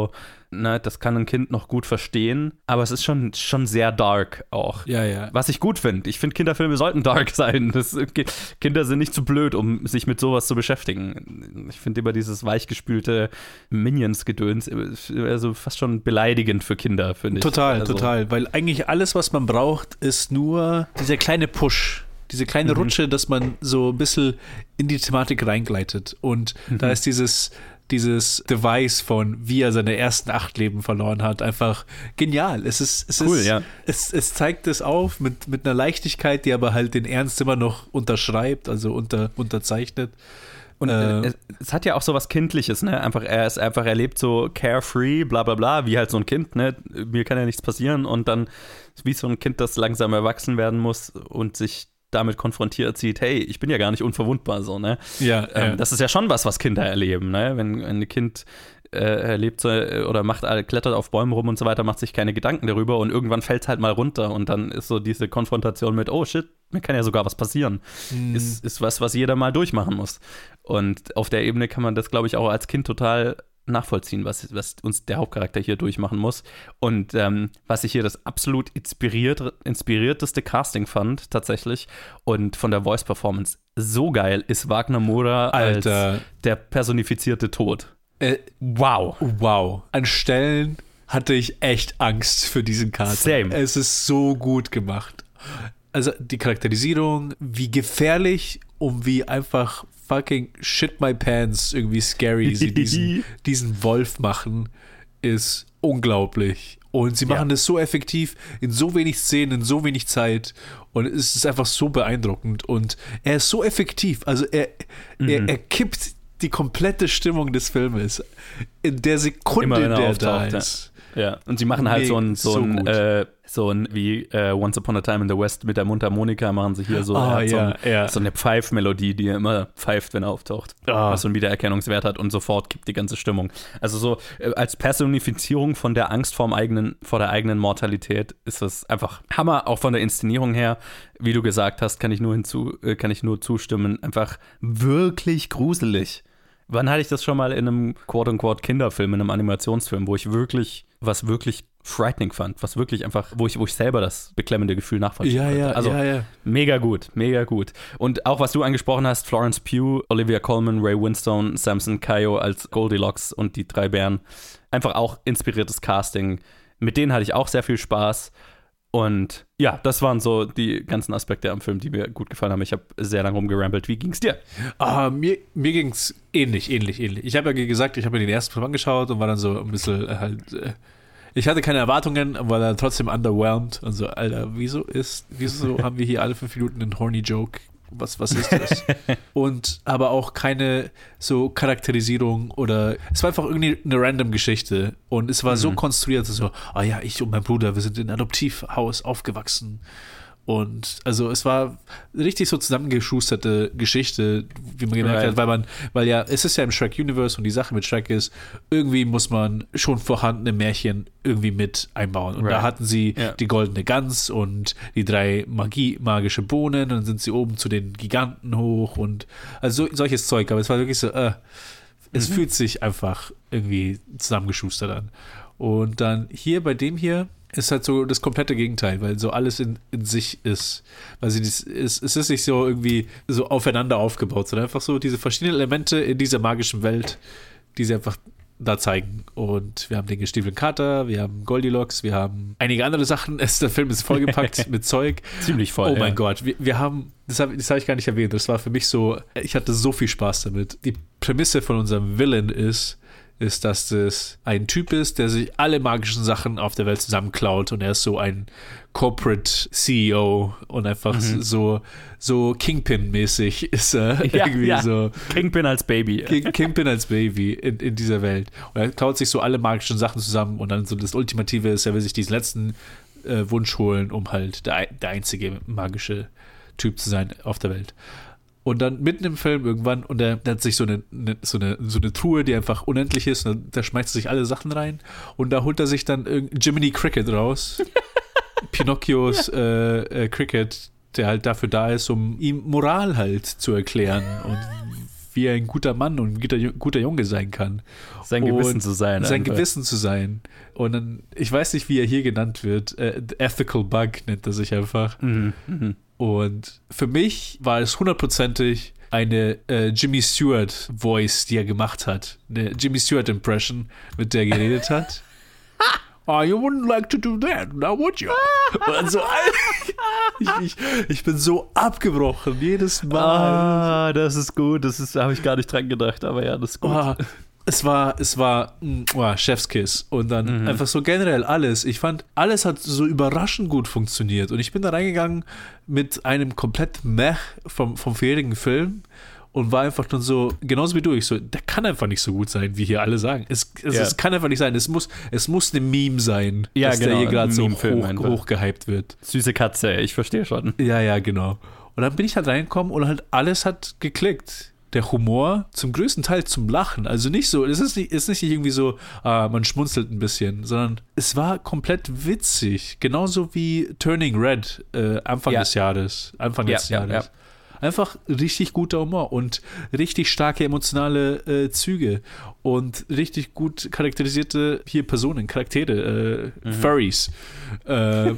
ne, das kann ein Kind noch gut verstehen, aber es ist schon, schon sehr dark auch. Ja, ja. Was ich gut finde. Ich finde, Kinderfilme sollten dark sein. Das, Kinder sind nicht zu blöd, um sich mit sowas zu beschäftigen. Ich finde immer dieses weichgespülte Minions-Gedöns also fast schon beleidigend für Kinder, finde ich. Total, also. total. Weil eigentlich alles, was man braucht, ist nur dieser kleine Push. Diese kleine mhm. Rutsche, dass man so ein bisschen in die Thematik reingleitet. Und mhm. da ist dieses, dieses Device von, wie er seine ersten acht Leben verloren hat, einfach genial. Es ist, es cool, ist, ja. es, es zeigt es auf mit, mit einer Leichtigkeit, die aber halt den Ernst immer noch unterschreibt, also unter, unterzeichnet. Und äh, es, es hat ja auch so was Kindliches, ne? Einfach, er ist einfach, er lebt so carefree, bla bla bla, wie halt so ein Kind, ne? Mir kann ja nichts passieren und dann wie so ein Kind, das langsam erwachsen werden muss und sich damit konfrontiert sieht, hey, ich bin ja gar nicht unverwundbar, so, ne? Ja, ähm, ja. Das ist ja schon was, was Kinder erleben, ne? Wenn, wenn ein Kind äh, erlebt so, oder macht, klettert auf Bäumen rum und so weiter, macht sich keine Gedanken darüber und irgendwann fällt es halt mal runter und dann ist so diese Konfrontation mit, oh shit, mir kann ja sogar was passieren. Mhm. Ist, ist was, was jeder mal durchmachen muss. Und auf der Ebene kann man das, glaube ich, auch als Kind total nachvollziehen, was, was uns der Hauptcharakter hier durchmachen muss. Und ähm, was ich hier das absolut inspiriert, inspirierteste Casting fand, tatsächlich, und von der Voice-Performance so geil, ist Wagner Moura als der personifizierte Tod. Äh, wow. Wow. An Stellen hatte ich echt Angst für diesen Charakter. Same. Es ist so gut gemacht. Also die Charakterisierung, wie gefährlich und wie einfach fucking shit my pants irgendwie scary sie diesen, diesen Wolf machen, ist unglaublich. Und sie machen es ja. so effektiv, in so wenig Szenen, in so wenig Zeit. Und es ist einfach so beeindruckend. Und er ist so effektiv. Also er, mhm. er, er kippt die komplette Stimmung des Filmes in der Sekunde, Immer, wenn er der auftaucht, da ist. Ja. Ja, und sie machen halt so ein, so, so ein, äh, so ein wie äh, Once Upon a Time in the West mit der Mundharmonika, machen sie hier so, oh, so, ja, ein, ja. so eine Pfeifmelodie, die er immer pfeift, wenn er auftaucht. Oh. Was so einen Wiedererkennungswert hat und sofort kippt die ganze Stimmung. Also so äh, als Personifizierung von der Angst vorm eigenen, vor der eigenen Mortalität ist das einfach Hammer, auch von der Inszenierung her. Wie du gesagt hast, kann ich nur hinzu, äh, kann ich nur zustimmen. Einfach wirklich gruselig. Wann hatte ich das schon mal in einem Quote-unquote-Kinderfilm, in einem Animationsfilm, wo ich wirklich, was wirklich frightening fand, was wirklich einfach, wo ich, wo ich selber das beklemmende Gefühl nachvollziehen ja, konnte. ja, Also ja, ja. mega gut, mega gut. Und auch was du angesprochen hast, Florence Pugh, Olivia Colman, Ray Winstone, Samson Kayo als Goldilocks und die drei Bären. Einfach auch inspiriertes Casting. Mit denen hatte ich auch sehr viel Spaß. Und ja, das waren so die ganzen Aspekte am Film, die mir gut gefallen haben. Ich habe sehr lange rumgerambelt. Wie ging's dir? Ah, mir mir ging's ähnlich, ähnlich, ähnlich. Ich habe ja gesagt, ich habe mir den ersten Film angeschaut und war dann so ein bisschen äh, halt. Äh, ich hatte keine Erwartungen, war dann trotzdem underwhelmed. Und so, Alter, wieso ist, wieso haben wir hier alle fünf Minuten einen horny Joke? Was, was ist das? Und aber auch keine so Charakterisierung oder es war einfach irgendwie eine random Geschichte und es war mhm. so konstruiert, so, ah ja, ich und mein Bruder, wir sind in einem Adoptivhaus aufgewachsen und also es war richtig so zusammengeschusterte Geschichte, wie man gemerkt right. hat, weil man, weil ja, es ist ja im Shrek-Universe und die Sache mit Shrek ist, irgendwie muss man schon vorhandene Märchen irgendwie mit einbauen. Und right. da hatten sie ja. die goldene Gans und die drei Magie, magische Bohnen, dann sind sie oben zu den Giganten hoch und also so, solches Zeug, aber es war wirklich so, äh, es mhm. fühlt sich einfach irgendwie zusammengeschustert an. Und dann hier bei dem hier ist halt so das komplette Gegenteil, weil so alles in, in sich ist. Weil sie das, es, es ist nicht so irgendwie so aufeinander aufgebaut, sondern einfach so diese verschiedenen Elemente in dieser magischen Welt, die sie einfach da zeigen. Und wir haben den gestiefelten Kater, wir haben Goldilocks, wir haben einige andere Sachen. Es, der Film ist vollgepackt mit Zeug. Ziemlich voll. Oh mein ja. Gott, wir, wir haben, das habe das hab ich gar nicht erwähnt, das war für mich so, ich hatte so viel Spaß damit. Die Prämisse von unserem Villain ist, ist, dass das ein Typ ist, der sich alle magischen Sachen auf der Welt zusammenklaut und er ist so ein Corporate C E O und einfach mhm. so, so Kingpin-mäßig ist er ja, irgendwie ja. so. Kingpin als Baby. King, Kingpin als Baby in, in dieser Welt. Und er klaut sich so alle magischen Sachen zusammen und dann so das Ultimative ist, er will sich diesen letzten äh, Wunsch holen, um halt der, der einzige magische Typ zu sein auf der Welt. Und dann mitten im Film irgendwann, und der, der hat sich so eine, eine, so, eine, so eine Truhe, die einfach unendlich ist, und da schmeißt er sich alle Sachen rein und da holt er sich dann Jiminy Cricket raus. Pinocchios ja. äh, äh, Cricket, der halt dafür da ist, um ihm Moral halt zu erklären und wie er ein guter Mann und ein guter, guter Junge sein kann. Sein Gewissen zu sein. Sein einfach. Gewissen zu sein. Und dann, ich weiß nicht, wie er hier genannt wird. Äh, Ethical Bug nennt er sich einfach. Mhm. Mhm. Und für mich war es hundertprozentig eine äh, Jimmy Stewart Voice, die er gemacht hat. Eine Jimmy Stewart Impression, mit der er geredet hat. Oh, you wouldn't like to do that, now would you? Und so, ich, ich, ich bin so abgebrochen, jedes Mal. Ah, das ist gut, das ist, da habe ich gar nicht dran gedacht, aber ja, das ist gut. Oh, es war, es war, oh, Chefskiss. Und dann Mhm. einfach so generell alles. Ich fand, alles hat so überraschend gut funktioniert. Und ich bin da reingegangen mit einem komplett Meh vom, vom vorherigen Film. Und war einfach dann so, genauso wie du, ich so, der kann einfach nicht so gut sein, wie hier alle sagen. Es, es, Ja. es kann einfach nicht sein. Es muss, es muss eine Meme sein, Ja, dass genau, der hier gerade ein so Meme-Film hoch, einfach. hochgehypt wird. Süße Katze, ich verstehe schon. Ja, ja, genau. Und dann bin ich halt reingekommen und halt alles hat geklickt. Der Humor zum größten Teil zum Lachen. Also nicht so, es ist nicht, es ist nicht irgendwie so, ah, man schmunzelt ein bisschen, sondern es war komplett witzig. Genauso wie Turning Red äh, Anfang Ja. des Jahres. Anfang Ja, des ja, Jahres. ja. Einfach richtig guter Humor und richtig starke emotionale äh, Züge und richtig gut charakterisierte hier Personen, Charaktere, äh, Mhm. Furries. Äh,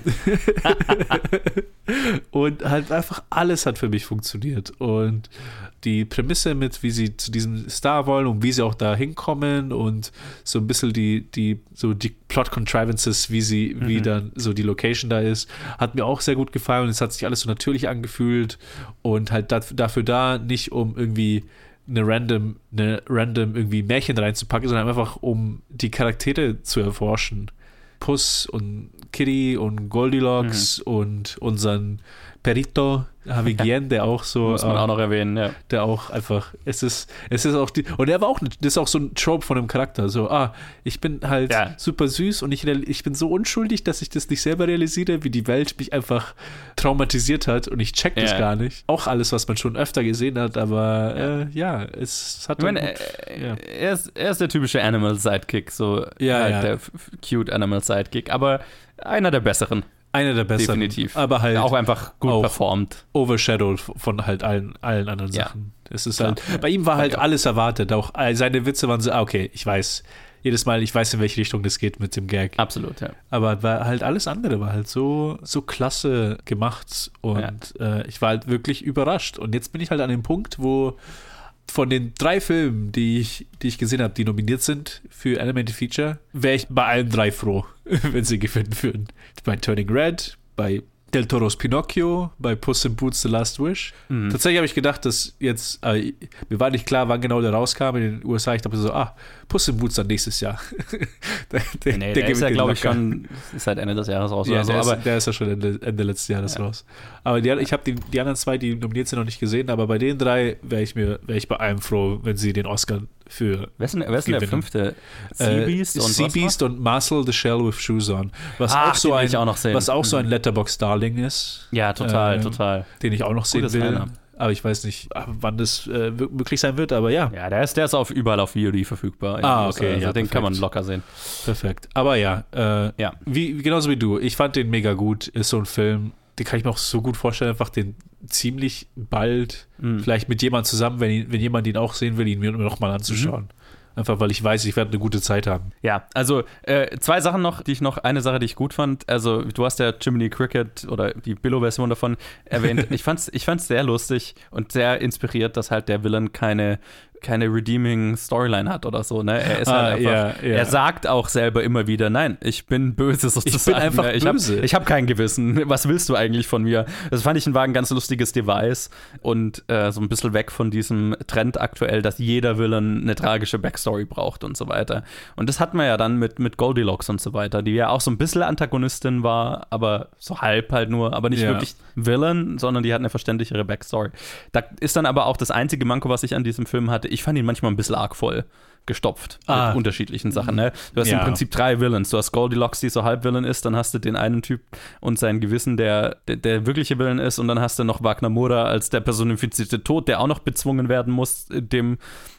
und halt einfach alles hat für mich funktioniert. Und die Prämisse mit, wie sie zu diesem Star wollen und wie sie auch da hinkommen und so ein bisschen die, die, so die Plot-Contrivances, wie sie, Mhm. wie dann so die Location da ist, hat mir auch sehr gut gefallen und es hat sich alles so natürlich angefühlt und halt dat, dafür da, nicht um irgendwie eine random, eine random irgendwie Märchen reinzupacken, sondern einfach um die Charaktere zu erforschen. Puss und Kitty und Goldilocks Mhm. und unseren Perito Havigien, der auch so Muss man ähm, auch noch erwähnen, ja. der auch einfach, es ist, es ist auch die, und er war auch, das ist auch so ein Trope von einem Charakter, so, ah, ich bin halt Ja. super süß und ich, real- ich bin so unschuldig, dass ich das nicht selber realisiere, wie die Welt mich einfach traumatisiert hat und ich check das Ja. gar nicht. Auch alles, was man schon öfter gesehen hat, aber ja, äh, ja es hat Ich meine, dann äh, gut, ja. er, ist, er ist der typische Animal Sidekick, so Ja, halt ja. der f- f- cute Animal Sidekick, aber einer der besseren. Einer der besseren. Definitiv. Aber halt auch einfach gut auch performt. overshadowed von halt allen, allen anderen Ja. Sachen. Es ist Klar. halt, bei ihm war halt Ja. alles erwartet. Auch all seine Witze waren so, ah, okay, ich weiß. Jedes Mal, ich weiß, in welche Richtung das geht mit dem Gag. Absolut, ja. Aber war halt alles andere war halt so, so klasse gemacht und äh, ich war halt wirklich überrascht. Und jetzt bin ich halt an dem Punkt, wo von den drei Filmen, die ich, die ich gesehen habe, die nominiert sind für Animated Feature, wäre ich bei allen drei froh, wenn sie gewinnen würden. Bei Turning Red, bei Del Toros Pinocchio, bei Puss in Boots The Last Wish. Mhm. Tatsächlich habe ich gedacht, dass jetzt, äh, mir war nicht klar, wann genau der rauskam in den U S A. Ich dachte so, ah, Puss in Boots dann nächstes Jahr. der, der, Nee, der, der ist ja, gewinnt glaube ich, locker. schon seit Ende des Jahres raus. Ja, oder so, der, aber ist, der ist ja schon Ende, Ende letzten Jahres Ja. raus. Aber die, ich habe die, die anderen zwei, die nominiert sind, noch nicht gesehen, aber bei den drei wäre ich mir, wäre ich bei allem froh, wenn sie den Oscar für wer ist denn, wer ist denn der gewinnen. fünfte? Seabeast äh, und Sea was Beast noch? und Marcel the Shell with Shoes on. Was Ach, auch so den will ein, ich auch noch sehen. was auch so ein Mhm. Letterboxd-Darling ist. Ja, total, Ähm, total. Den ich auch noch sehen Gutes will. Line-up. Aber ich weiß nicht, wann das äh, möglich sein wird, aber ja. Ja, der ist, der ist auf überall auf V O D verfügbar. in Ah, den U S A. okay, Also ja, den kann man perfekt. locker sehen. Perfekt. Aber ja, äh, Ja. wie, genauso wie du. Ich fand den mega gut. Ist so ein Film, den kann ich mir auch so gut vorstellen, einfach den ziemlich bald Mhm. vielleicht mit jemandem zusammen, wenn, ihn, wenn jemand ihn auch sehen will, ihn mir noch mal anzuschauen. Einfach, weil ich weiß, ich werde eine gute Zeit haben. Ja, also äh, zwei Sachen noch, die ich noch, eine Sache, die ich gut fand. Also, du hast ja Jiminy Cricket oder die Billo-Version davon erwähnt. ich fand's, ich fand's sehr lustig und sehr inspiriert, dass halt der Villain keine, keine redeeming Storyline hat oder so. Ne? Er ist Ah, halt einfach, ja, ja. er sagt auch selber immer wieder, nein, ich bin böse sozusagen. einfach ne? ich böse. Hab, ich habe kein Gewissen. Was willst du eigentlich von mir? Das fand ich war ein ganz lustiges Device und äh, so ein bisschen weg von diesem Trend aktuell, dass jeder Villain eine tragische Backstory braucht und so weiter. Und das hatten wir ja dann mit, mit Goldilocks und so weiter, die ja auch so ein bisschen Antagonistin war, aber so halb halt nur, aber nicht Ja. wirklich Villain, sondern die hat eine verständlichere Backstory. Da ist dann aber auch das einzige Manko, was ich an diesem Film hatte. Ich fand ihn manchmal ein bisschen arg voll gestopft Ah. mit unterschiedlichen Sachen. Ne? Du hast Ja. im Prinzip drei Villains. Du hast Goldilocks, die so halb Villain ist, dann hast du den einen Typ und sein Gewissen, der, der, der wirkliche Villain ist, und dann hast du noch Wagner Moura als der personifizierte Tod, der auch noch bezwungen werden muss, dem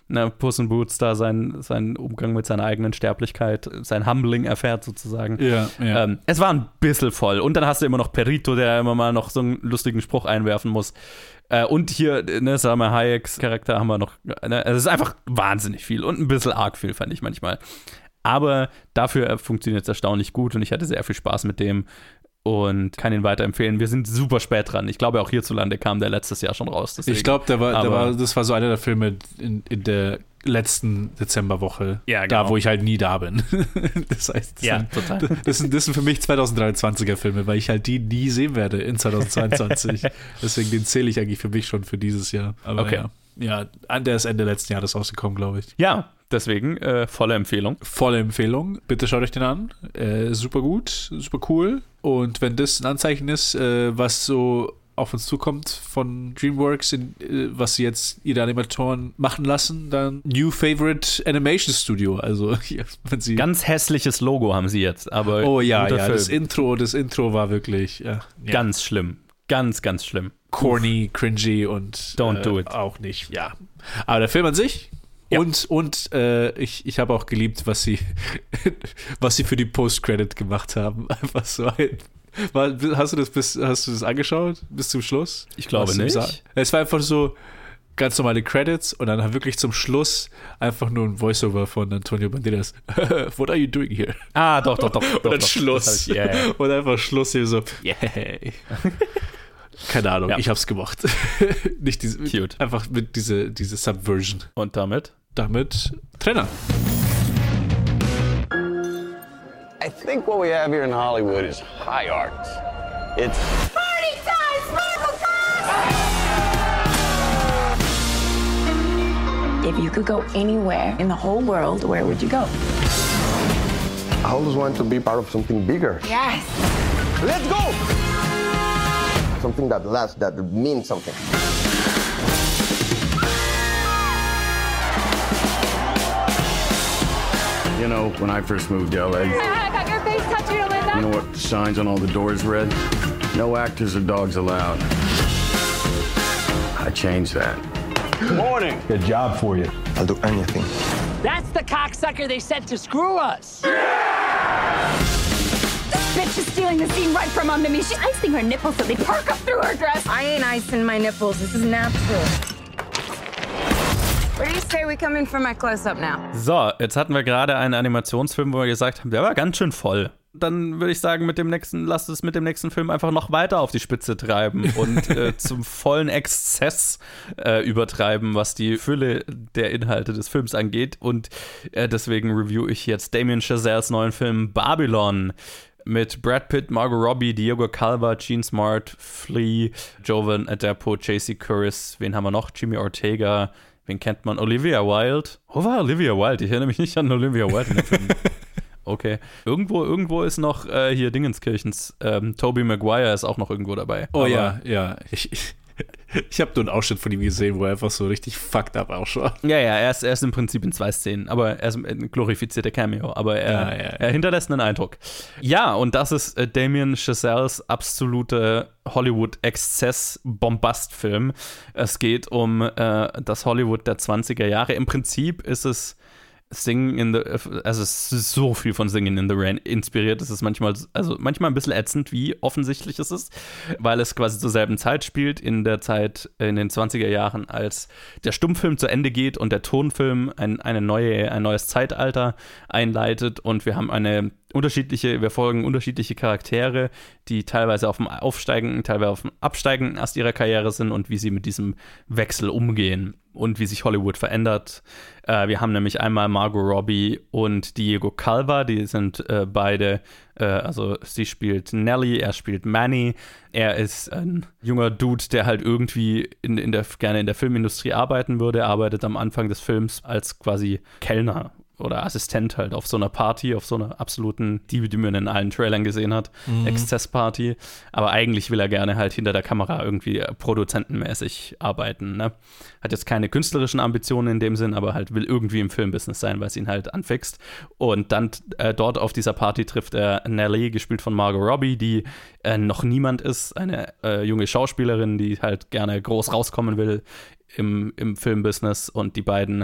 ne, Puss in Boots da seinen sein Umgang mit seiner eigenen Sterblichkeit, sein Humbling erfährt sozusagen. Ja, ja. Ähm, es war ein bisschen voll. Und dann hast du immer noch Perito, der immer mal noch so einen lustigen Spruch einwerfen muss. Äh, und hier, ne, Salma Hayeks Charakter haben wir noch. Ne, es ist einfach wahnsinnig viel und ein bisschen arg viel, fand ich manchmal. Aber dafür funktioniert es erstaunlich gut und ich hatte sehr viel Spaß mit dem. Und kann ihn weiterempfehlen. Wir sind super spät dran. Ich glaube, auch hierzulande kam der letztes Jahr schon raus. Deswegen. Ich glaube, der war, der war, das war so einer der Filme in, in der letzten Dezemberwoche, ja, genau. Da, wo ich halt nie da bin. Das heißt, das, ja, sind, total. Das, sind, das sind für mich zwanzig dreiundzwanziger Filme, weil ich halt die nie sehen werde in zwanzig zweiundzwanzig. Deswegen den zähle ich eigentlich für mich schon für dieses Jahr. Aber okay. ja. Ja, an der ist Ende letzten Jahres rausgekommen, glaube ich. Ja, deswegen äh, volle Empfehlung. Volle Empfehlung. Bitte schaut euch den an. Äh, super gut, super cool. Und wenn das ein Anzeichen ist, äh, was so auf uns zukommt von DreamWorks, in, äh, was sie jetzt ihre Animatoren machen lassen, dann New Favorite Animation Studio. Also, wenn sie ganz hässliches Logo haben sie jetzt, aber oh ja, ja, Film. das Intro, das Intro war wirklich ja, ja. ganz schlimm. Ganz, ganz schlimm. Corny, cringy und Don't äh, do it. Auch nicht, ja. Aber der Film an sich ja. und, und äh, ich, ich habe auch geliebt, was sie was sie für die Post-Credit gemacht haben. Einfach so ein war, hast du das bis, hast du das angeschaut bis zum Schluss? Ich glaube nicht. Es war einfach so ganz normale Credits und dann wirklich zum Schluss einfach nur ein Voiceover von Antonio Banderas. What are you doing here? Ah, doch, doch, doch. Und doch, dann doch, Schluss. Ich, yeah, yeah. Und einfach Schluss hier so, yeah. Keine Ahnung, ja. ich hab's gemocht. Nicht diese, Cute. Einfach mit diese, diese Subversion. Und damit? Damit Trainer. I think what we have here in Hollywood is high art. It's party time, Sparkle Cast! If you could go anywhere in the whole world, where would you go? I always want to be part of something bigger. Yes. Let's go! Something that lasts, that means something. You know, when I first moved to L A, I got your face tattooed, Alyssa. you know what the signs on all the doors read? No actors or dogs allowed. I changed that. Good morning. Good job for you. I'll do anything. That's the cocksucker they sent to screw us. Bitch is stealing the scene right from under me. She's icing her nipples so they perk up through her dress. I ain't icing my nipples. This is natural. Where do you say we come in for my close-up now? So, jetzt hatten wir gerade einen Animationsfilm, wo wir gesagt haben, der war ganz schön voll. Dann würde ich sagen, mit dem nächsten, lasst es mit dem nächsten Film einfach noch weiter auf die Spitze treiben und äh, zum vollen Exzess äh, übertreiben, was die Fülle der Inhalte des Films angeht. Und äh, deswegen review ich jetzt Damien Chazelles neuen Film Babylon. Mit Brad Pitt, Margot Robbie, Diego Calva, Gene Smart, Flea, Jovan Adepo, J C Curris, wen haben wir noch? Jimmy Ortega, wen kennt man? Olivia Wilde. Wo war Olivia Wilde? Ich erinnere mich nicht an Olivia Wilde in dem Film. Okay. Irgendwo, irgendwo ist noch äh, hier Dingenskirchens. Ähm, Tobey Maguire ist auch noch irgendwo dabei. Oh aber ja, ja. Ich, ich, ich habe nur einen Ausschnitt von ihm gesehen, wo er einfach so richtig fucked up ausschaut. Ja, ja, er ist, er ist im Prinzip in zwei Szenen, aber er ist ein glorifizierter Cameo, aber er, ja, ja, ja. er hinterlässt einen Eindruck. Ja, und das ist äh, Damien Chazelles absolute Hollywood-Exzess-Bombast-Film. Es geht um äh, das Hollywood der zwanziger Jahre. Im Prinzip ist es Singing in the, also es ist so viel von Singing in the Rain inspiriert. Es ist manchmal, also manchmal ein bisschen ätzend, wie offensichtlich es ist, weil es quasi zur selben Zeit spielt, in der Zeit, in den zwanziger Jahren, als der Stummfilm zu Ende geht und der Tonfilm ein, eine neue, ein neues Zeitalter einleitet und wir haben eine unterschiedliche, wir folgen unterschiedliche Charaktere, die teilweise auf dem aufsteigenden, teilweise auf dem absteigenden Ast ihrer Karriere sind und wie sie mit diesem Wechsel umgehen und wie sich Hollywood verändert. Äh, wir haben nämlich einmal Margot Robbie und Diego Calva, die sind äh, beide, äh, also sie spielt Nelly, er spielt Manny. Er ist ein junger Dude, der halt irgendwie in, in der, gerne in der Filmindustrie arbeiten würde. Er arbeitet am Anfang des Films als quasi Kellner oder Assistent halt auf so einer Party, auf so einer absoluten, die, die man in allen Trailern gesehen hat, mhm. Exzessparty. Aber eigentlich will er gerne halt hinter der Kamera irgendwie produzentenmäßig arbeiten, ne? Hat jetzt keine künstlerischen Ambitionen in dem Sinn, aber halt will irgendwie im Filmbusiness sein, weil es ihn halt anfixt. Und dann äh, dort auf dieser Party trifft er Nelly, gespielt von Margot Robbie, die äh, noch niemand ist, eine äh, junge Schauspielerin, die halt gerne groß rauskommen will im, im Filmbusiness, und die beiden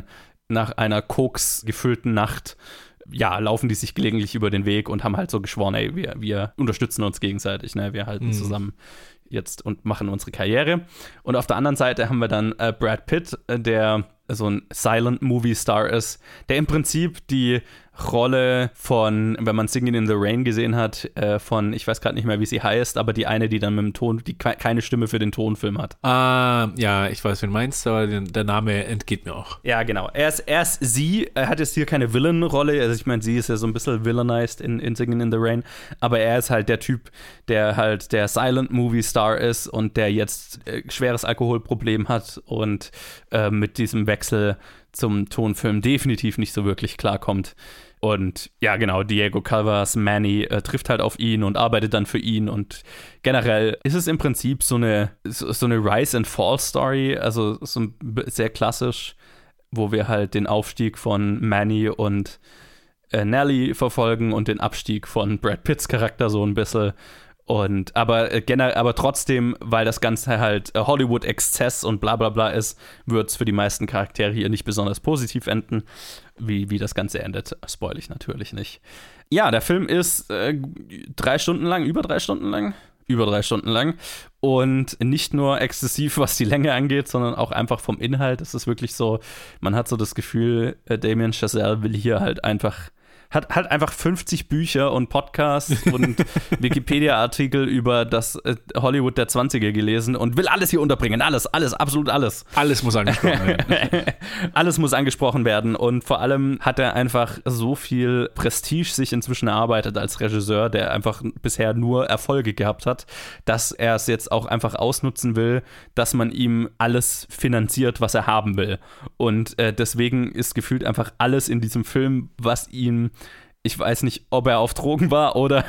nach einer Koks gefüllten Nacht, ja, laufen die sich gelegentlich über den Weg und haben halt so geschworen, ey, wir, wir unterstützen uns gegenseitig, ne? Wir halten mhm. zusammen jetzt und machen unsere Karriere. Und auf der anderen Seite haben wir dann äh, Brad Pitt, äh, der so ein Silent-Movie-Star ist, der im Prinzip die Rolle von, wenn man Singing in the Rain gesehen hat, äh, von, ich weiß gerade nicht mehr, wie sie heißt, aber die eine, die dann mit dem Ton, die keine Stimme für den Tonfilm hat. Ah, ja, ich weiß, wen du meinst, aber den, der Name entgeht mir auch. Ja, genau. Er ist, er ist sie, er hat jetzt hier keine Villain-Rolle, also ich meine, sie ist ja so ein bisschen villainized in, in Singing in the Rain, aber er ist halt der Typ, der halt der Silent-Movie-Star ist und der jetzt äh, schweres Alkoholproblem hat und äh, mit diesem Wechsel zum Tonfilm definitiv nicht so wirklich klarkommt. Und ja, genau, Diego Calvas Manny äh, trifft halt auf ihn und arbeitet dann für ihn. Und generell ist es im Prinzip so eine, so, so eine Rise-and-Fall-Story, also so sehr klassisch, wo wir halt den Aufstieg von Manny und äh, Nelly verfolgen und den Abstieg von Brad Pitts Charakter so ein bisschen. Und aber äh, generell, aber trotzdem, weil das Ganze halt äh, Hollywood-Exzess und bla bla bla ist, wird es für die meisten Charaktere hier nicht besonders positiv enden. Wie, wie das Ganze endet, spoil ich natürlich nicht. Ja, der Film ist äh, drei Stunden lang, über drei Stunden lang, über drei Stunden lang. Und nicht nur exzessiv, was die Länge angeht, sondern auch einfach vom Inhalt. Es ist wirklich so, man hat so das Gefühl, äh, Damien Chazelle will hier halt einfach Hat halt einfach fünfzig Bücher und Podcasts und Wikipedia-Artikel über das äh, Hollywood der zwanziger gelesen und will alles hier unterbringen. Alles, alles, absolut alles. Alles muss angesprochen werden. Alles muss angesprochen werden. Und vor allem hat er einfach so viel Prestige sich inzwischen erarbeitet als Regisseur, der einfach bisher nur Erfolge gehabt hat, dass er es jetzt auch einfach ausnutzen will, dass man ihm alles finanziert, was er haben will. Und äh, deswegen ist gefühlt einfach alles in diesem Film, was ihn, ich weiß nicht, ob er auf Drogen war oder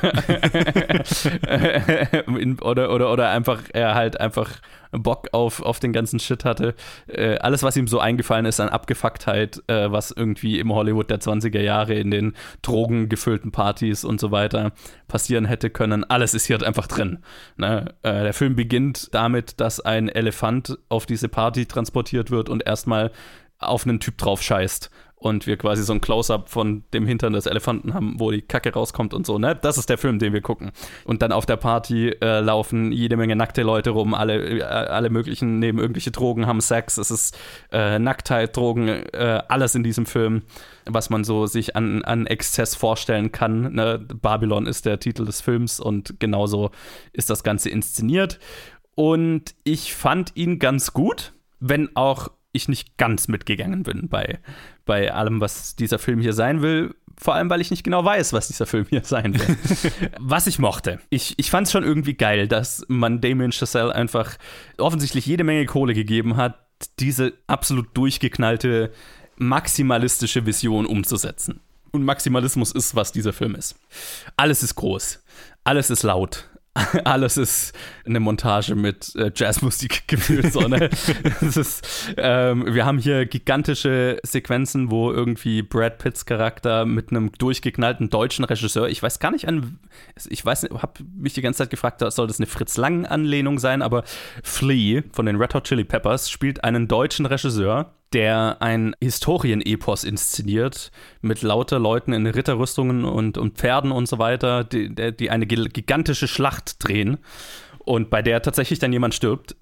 oder, oder, oder einfach er halt einfach Bock auf, auf den ganzen Shit hatte. Äh, alles, was ihm so eingefallen ist an Abgefucktheit, äh, was irgendwie im Hollywood der zwanziger Jahre in den drogengefüllten Partys und so weiter passieren hätte können, alles ist hier halt einfach drin. Ne? Äh, der Film beginnt damit, dass ein Elefant auf diese Party transportiert wird und erstmal auf einen Typ drauf scheißt. Und wir quasi so ein Close-Up von dem Hintern des Elefanten haben, wo die Kacke rauskommt und so, ne? Das ist der Film, den wir gucken. Und dann auf der Party äh, laufen jede Menge nackte Leute rum, alle, äh, alle möglichen, nehmen irgendwelche Drogen, haben Sex, es ist äh, Nacktheit, Drogen, äh, alles in diesem Film, was man so sich an, an Exzess vorstellen kann. Ne? Babylon ist der Titel des Films und genauso ist das Ganze inszeniert. Und ich fand ihn ganz gut, wenn auch ich nicht ganz mitgegangen bin bei, bei allem, was dieser Film hier sein will. Vor allem, weil ich nicht genau weiß, was dieser Film hier sein will. Was ich mochte. Ich, ich fand es schon irgendwie geil, dass man Damien Chazelle einfach offensichtlich jede Menge Kohle gegeben hat, diese absolut durchgeknallte, maximalistische Vision umzusetzen. Und Maximalismus ist, was dieser Film ist. Alles ist groß. Alles ist laut. Alles ist eine Montage mit äh, Jazzmusik gefühlt. So, ne? Das ist, ähm, wir haben hier gigantische Sequenzen, wo irgendwie Brad Pitts Charakter mit einem durchgeknallten deutschen Regisseur, ich weiß gar nicht an, ich weiß nicht, habe mich die ganze Zeit gefragt, soll das eine Fritz Lang-Anlehnung sein, aber Flea von den Red Hot Chili Peppers spielt einen deutschen Regisseur, der ein Historienepos inszeniert mit lauter Leuten in Ritterrüstungen und, und Pferden und so weiter, die, die eine gigantische Schlacht drehen und bei der tatsächlich dann jemand stirbt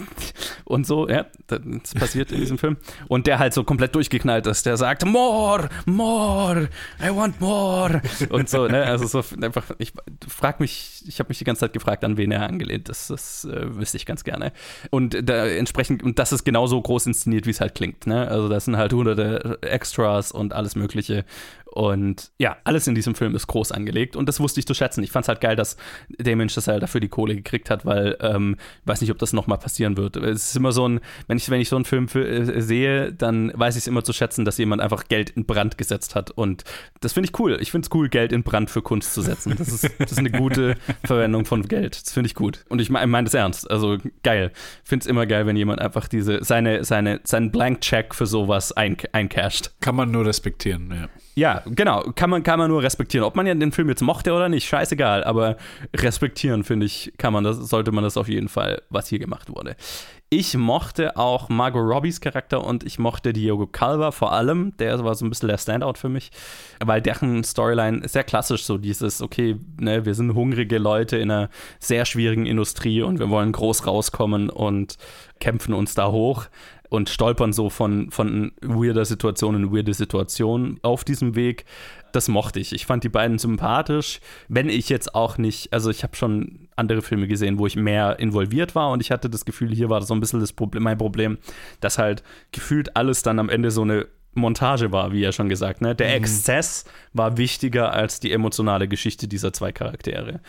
und so, ja, das passiert in diesem Film. Und der halt so komplett durchgeknallt ist, der sagt, more, more, I want more und so, ne, also so einfach, ich frag mich, ich habe mich die ganze Zeit gefragt, an wen er angelehnt ist, das äh, wüsste ich ganz gerne. Und da entsprechend, und das ist genauso groß inszeniert, wie es halt klingt, ne, also das sind halt hunderte Extras und alles mögliche. Und ja, alles in diesem Film ist groß angelegt und das wusste ich zu schätzen. Ich fand es halt geil, dass Damien Chazelle dafür die Kohle gekriegt hat, weil ähm, ich weiß nicht, ob das nochmal passieren wird. Es ist immer so ein, wenn ich, wenn ich so einen Film für, äh, sehe, dann weiß ich es immer zu schätzen, dass jemand einfach Geld in Brand gesetzt hat und das finde ich cool. Ich finde es cool, Geld in Brand für Kunst zu setzen. Das ist, das ist eine gute Verwendung von Geld. Das finde ich gut. Und ich meine mein das ernst. Also geil. Ich finde es immer geil, wenn jemand einfach diese, seine, seine, seinen Blank-Check für sowas ein, eincasht. Kann man nur respektieren, ja. Ja, genau. Kann man, kann man nur respektieren. Ob man ja den Film jetzt mochte oder nicht, scheißegal. Aber respektieren, finde ich, kann man das, sollte man das auf jeden Fall, was hier gemacht wurde. Ich mochte auch Margot Robbies Charakter und ich mochte Diogo Calva vor allem. Der war so ein bisschen der Standout für mich, weil deren Storyline ist sehr klassisch, so dieses, okay, ne, wir sind hungrige Leute in einer sehr schwierigen Industrie und wir wollen groß rauskommen und kämpfen uns da hoch und stolpern so von, von weirder Situation in weirde Situation auf diesem Weg. Das mochte ich. Ich fand die beiden sympathisch, wenn ich jetzt auch nicht, also ich habe schon andere Filme gesehen, wo ich mehr involviert war und ich hatte das Gefühl, hier war das so ein bisschen das Problem, mein Problem, dass halt gefühlt alles dann am Ende so eine Montage war, wie ja schon gesagt. Ne? Der mhm. Exzess war wichtiger als die emotionale Geschichte dieser zwei Charaktere.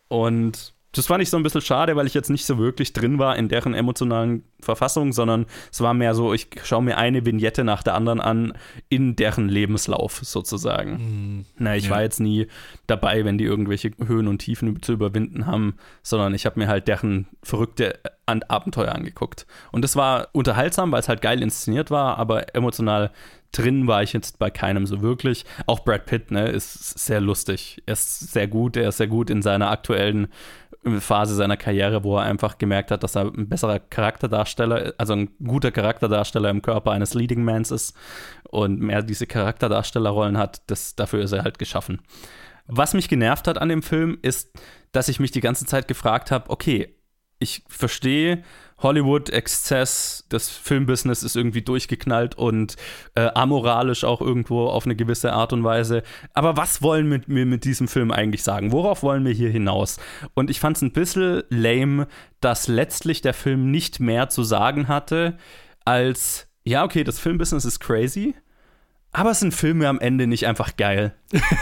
Und das fand ich so ein bisschen schade, weil ich jetzt nicht so wirklich drin war in deren emotionalen Verfassung, sondern es war mehr so, ich schaue mir eine Vignette nach der anderen an in deren Lebenslauf sozusagen. Mhm. Na, ich ja. war jetzt nie dabei, wenn die irgendwelche Höhen und Tiefen zu überwinden haben, sondern ich habe mir halt deren verrückte Abenteuer angeguckt. Und das war unterhaltsam, weil es halt geil inszeniert war, aber emotional drin war ich jetzt bei keinem so wirklich. Auch Brad Pitt, ne, ist sehr lustig. Er ist sehr gut, er ist sehr gut in seiner aktuellen Phase seiner Karriere, wo er einfach gemerkt hat, dass er ein besserer Charakterdarsteller, also ein guter Charakterdarsteller im Körper eines Leading Mans ist und mehr diese Charakterdarstellerrollen hat, das, dafür ist er halt geschaffen. Was mich genervt hat an dem Film, ist, dass ich mich die ganze Zeit gefragt habe, okay, ich verstehe, Hollywood-Exzess, das Filmbusiness ist irgendwie durchgeknallt und äh, amoralisch auch irgendwo auf eine gewisse Art und Weise. Aber was wollen wir mit, mit diesem Film eigentlich sagen? Worauf wollen wir hier hinaus? Und ich fand es ein bisschen lame, dass letztlich der Film nicht mehr zu sagen hatte, als, ja, okay, das Filmbusiness ist crazy, aber sind Filme am Ende nicht einfach geil?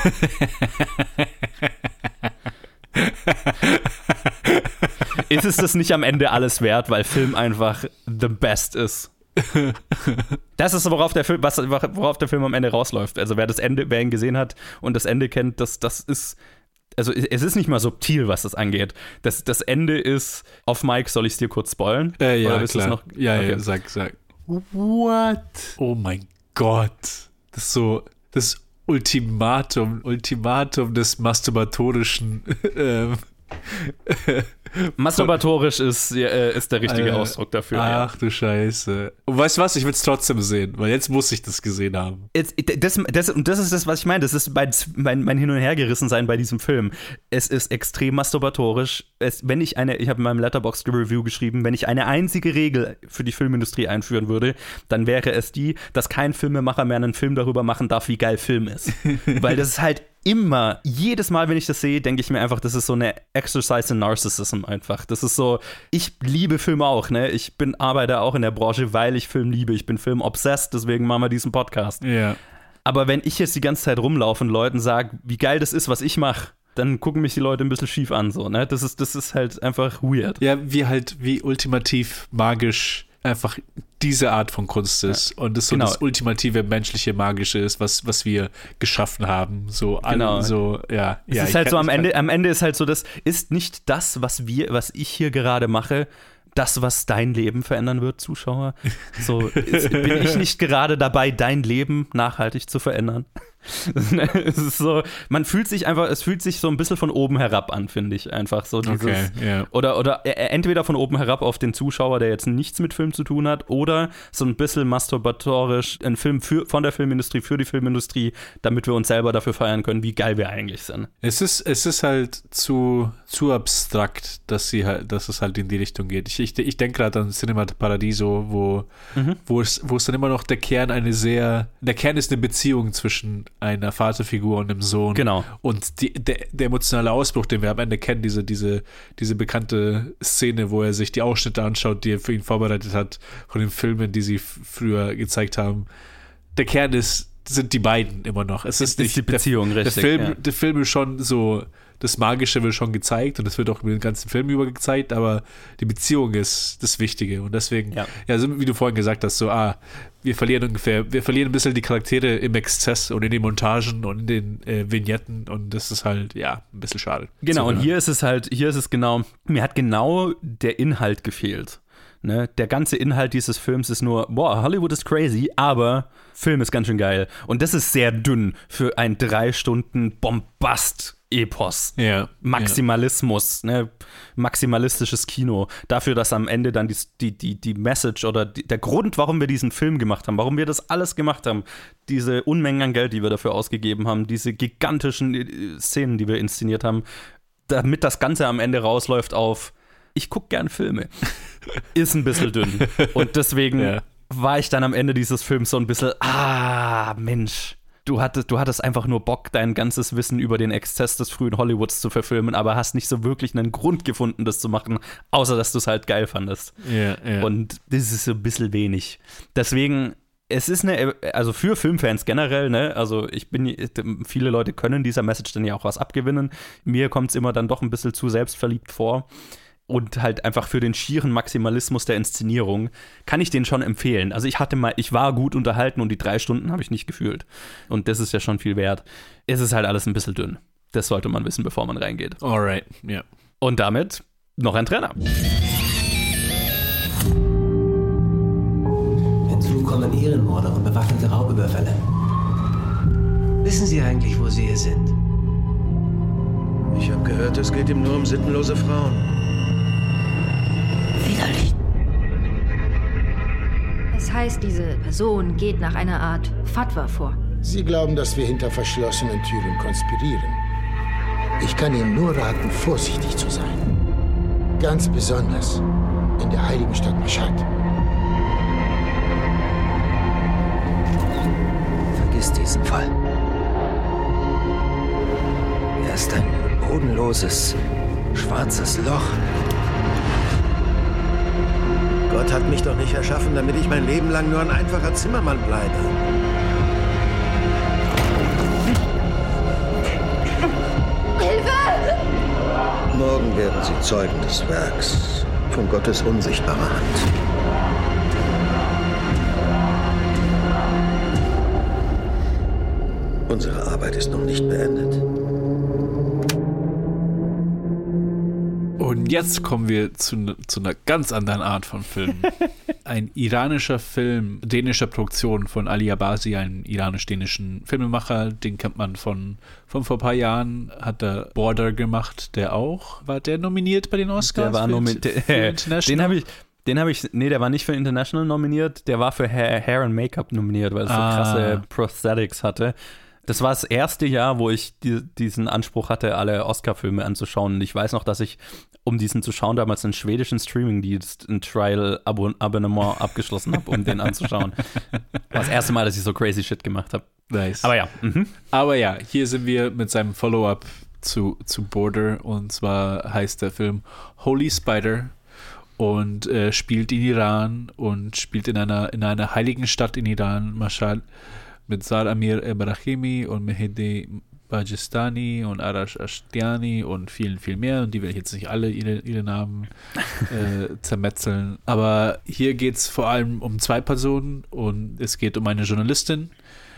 Ist es das nicht am Ende alles wert, weil Film einfach the best ist? Das ist, worauf der Film, was, worauf der Film am Ende rausläuft. Also wer das Ende, wer ihn gesehen hat und das Ende kennt, das, das ist, also es ist nicht mal subtil, was das angeht. Das, das Ende ist, auf Mike, soll ich es dir kurz spoilern? Äh, ja, Oder klar. Noch? Ja, okay. ja, sag, sag. What? Oh mein Gott. Das ist so, das Ultimatum, Ultimatum des masturbatorischen ähm, Masturbatorisch ist, äh, ist der richtige äh, Ausdruck dafür. Ach ja. du Scheiße. Und weißt du was? Ich will es trotzdem sehen, weil jetzt muss ich das gesehen haben. Es, das, das, und das ist das, was ich meine. Das ist mein, mein, mein Hin- und Hergerissensein bei diesem Film. Es ist extrem masturbatorisch. Es, wenn ich eine, ich habe in meinem Letterboxd-Review geschrieben, wenn ich eine einzige Regel für die Filmindustrie einführen würde, dann wäre es die, dass kein Filmemacher mehr einen Film darüber machen darf, wie geil Film ist. Weil das ist halt immer, jedes Mal, wenn ich das sehe, denke ich mir einfach, das ist so eine Exercise in Narcissism einfach. Das ist so, ich liebe Filme auch, ne? Ich bin arbeite auch in der Branche, weil ich Film liebe. Ich bin Film-obsessed, deswegen machen wir diesen Podcast. Ja. Aber wenn ich jetzt die ganze Zeit rumlaufe und Leuten sage, wie geil das ist, was ich mache, dann gucken mich die Leute ein bisschen schief an, so, ne? Das ist, das ist halt einfach weird. Ja, wie halt, wie ultimativ magisch einfach diese Art von Kunst ist ja. und das so genau. das ultimative menschliche Magische ist, was, was wir geschaffen haben. So, genau. all, so, ja. Es ja, ist halt kann, so am Ende, am Ende ist halt so, das ist nicht das, was wir, was ich hier gerade mache, das, was dein Leben verändern wird, Zuschauer. So ist, bin ich nicht gerade dabei, dein Leben nachhaltig zu verändern. Es ist so, man fühlt sich einfach, es fühlt sich so ein bisschen von oben herab an, finde ich einfach so dieses, okay, yeah. oder, oder entweder von oben herab auf den Zuschauer, der jetzt nichts mit Film zu tun hat, oder so ein bisschen masturbatorisch ein Film für, von der Filmindustrie für die Filmindustrie, damit wir uns selber dafür feiern können, wie geil wir eigentlich sind. Es ist, es ist halt zu, zu abstrakt, dass sie halt, dass es halt in die Richtung geht. Ich, ich, ich denke gerade an Cinema Paradiso, wo, mhm. wo es, wo es dann immer noch der Kern eine sehr, der Kern ist eine Beziehung zwischen einer Vaterfigur und einem Sohn. Genau. Und die, der, der emotionale Ausbruch, den wir am Ende kennen, diese, diese, diese bekannte Szene, wo er sich die Ausschnitte anschaut, die er für ihn vorbereitet hat, von den Filmen, die sie f- früher gezeigt haben. Der Kern ist, sind die beiden immer noch. Es ist, ist nicht die Beziehung, der, richtig. Der Film, ja. der Film ist schon so, das Magische wird schon gezeigt und das wird auch über den ganzen Film über gezeigt, aber die Beziehung ist das Wichtige und deswegen, ja, ja so wie du vorhin gesagt hast, so, ah, wir verlieren ungefähr, wir verlieren ein bisschen die Charaktere im Exzess und in den Montagen und in den äh, Vignetten und das ist halt, ja, ein bisschen schade. Genau, und hier ist es halt, hier ist es genau, mir hat genau der Inhalt gefehlt. Ne? Der ganze Inhalt dieses Films ist nur, boah, Hollywood ist crazy, aber Film ist ganz schön geil. Und das ist sehr dünn für ein drei Stunden Bombast-Epos. Ja, Maximalismus, ja. Ne? Maximalistisches Kino. Dafür, dass am Ende dann die, die, die, die Message oder die, der Grund, warum wir diesen Film gemacht haben, warum wir das alles gemacht haben, diese Unmengen an Geld, die wir dafür ausgegeben haben, diese gigantischen Szenen, die wir inszeniert haben, damit das Ganze am Ende rausläuft auf ich gucke gern Filme, ist ein bisschen dünn. Und deswegen ja. war ich dann am Ende dieses Films so ein bisschen, ah, Mensch, du hattest, du hattest einfach nur Bock, dein ganzes Wissen über den Exzess des frühen Hollywoods zu verfilmen, aber hast nicht so wirklich einen Grund gefunden, das zu machen, außer dass du es halt geil fandest. Ja, ja. Und das ist so ein bisschen wenig. Deswegen, es ist eine, also für Filmfans generell, ne, also ich bin, viele Leute können dieser Message dann ja auch was abgewinnen. Mir kommt es immer dann doch ein bisschen zu selbstverliebt vor. Und halt einfach für den schieren Maximalismus der Inszenierung kann ich den schon empfehlen. Also ich hatte mal, ich war gut unterhalten und die drei Stunden habe ich nicht gefühlt. Und das ist ja schon viel wert. Es ist halt alles ein bisschen dünn. Das sollte man wissen, bevor man reingeht. Alright, ja. Yeah. Und damit noch ein Trainer. Hinzu kommen Ehrenmorde und bewaffnete Raubüberfälle. Wissen Sie eigentlich, wo Sie hier sind? Ich habe gehört, es geht ihm nur um sittenlose Frauen. Widerlich. Es heißt, diese Person geht nach einer Art Fatwa vor. Sie glauben, dass wir hinter verschlossenen Türen konspirieren. Ich kann Ihnen nur raten, vorsichtig zu sein. Ganz besonders in der heiligen Stadt Mashhad. Vergiss diesen Fall. Er ist ein bodenloses, schwarzes Loch. Gott hat mich doch nicht erschaffen, damit ich mein Leben lang nur ein einfacher Zimmermann bleibe. Hilfe! Morgen werden Sie Zeugen des Werks von Gottes unsichtbarer Hand. Unsere Arbeit ist noch nicht beendet. Und jetzt kommen wir zu, zu einer ganz anderen Art von Film. Ein iranischer Film, dänischer Produktion von Ali Abbasi, einem iranisch-dänischen Filmemacher. Den kennt man von, von vor ein paar Jahren, hat er Border gemacht, der auch, war der nominiert bei den Oscars? Der war nominiert. Den habe ich, den habe ich, nee, der war nicht für International nominiert, der war für Hair, Hair and Make-up nominiert, weil es ah. so krasse Prosthetics hatte. Das war das erste Jahr, wo ich die, diesen Anspruch hatte, alle Oscar-Filme anzuschauen. Und ich weiß noch, dass ich, um diesen zu schauen, damals einen schwedischen Streaming-Dienst, ein Trial-Abonnement abgeschlossen habe, um den anzuschauen. War das erste Mal, dass ich so crazy Shit gemacht habe. Nice. Aber ja. Mhm. Aber ja, hier sind wir mit seinem Follow-up zu, zu Border. Und zwar heißt der Film Holy Spider und äh, spielt in Iran und spielt in einer, in einer heiligen Stadt in Iran, Mashhad, mit Zar Amir Ebrahimi und Mehdi Bajestani und Arash Ashtiani und vielen, viel mehr. Und die will ich jetzt nicht alle ihre, ihre Namen äh, zermetzeln. Aber hier geht es vor allem um zwei Personen und es geht um eine Journalistin,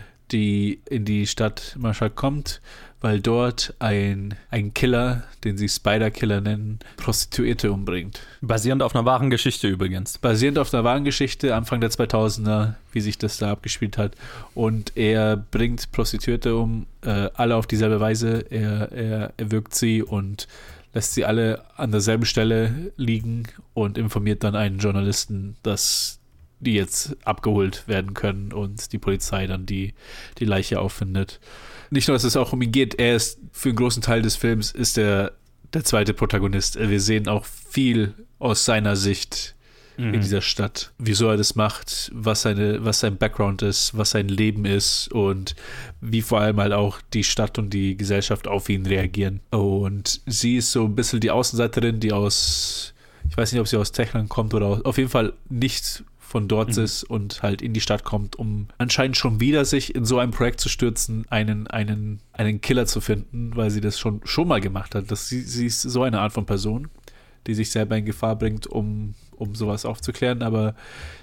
die in die Stadt Mashhad kommt, weil dort ein, ein Killer, den sie Spider-Killer nennen, Prostituierte umbringt. Basierend auf einer wahren Geschichte übrigens. Basierend auf einer wahren Geschichte, Anfang der zweitausender, wie sich das da abgespielt hat. Und er bringt Prostituierte um, äh, alle auf dieselbe Weise. Er, er erwürgt sie und lässt sie alle an derselben Stelle liegen und informiert dann einen Journalisten, dass die jetzt abgeholt werden können und die Polizei dann die, die Leiche auffindet. Nicht nur, dass es auch um ihn geht, er ist für einen großen Teil des Films ist er der zweite Protagonist. Wir sehen auch viel aus seiner Sicht mhm. in dieser Stadt, wieso er das macht, was seine, was sein Background ist, was sein Leben ist und wie vor allem halt auch die Stadt und die Gesellschaft auf ihn reagieren. Und sie ist so ein bisschen die Außenseiterin, die aus, ich weiß nicht, ob sie aus Techland kommt oder aus, auf jeden Fall nicht von dort mhm. ist und halt in die Stadt kommt, um anscheinend schon wieder sich in so ein Projekt zu stürzen, einen, einen, einen Killer zu finden, weil sie das schon, schon mal gemacht hat. Das, sie, sie ist so eine Art von Person, die sich selber in Gefahr bringt, um, um sowas aufzuklären, aber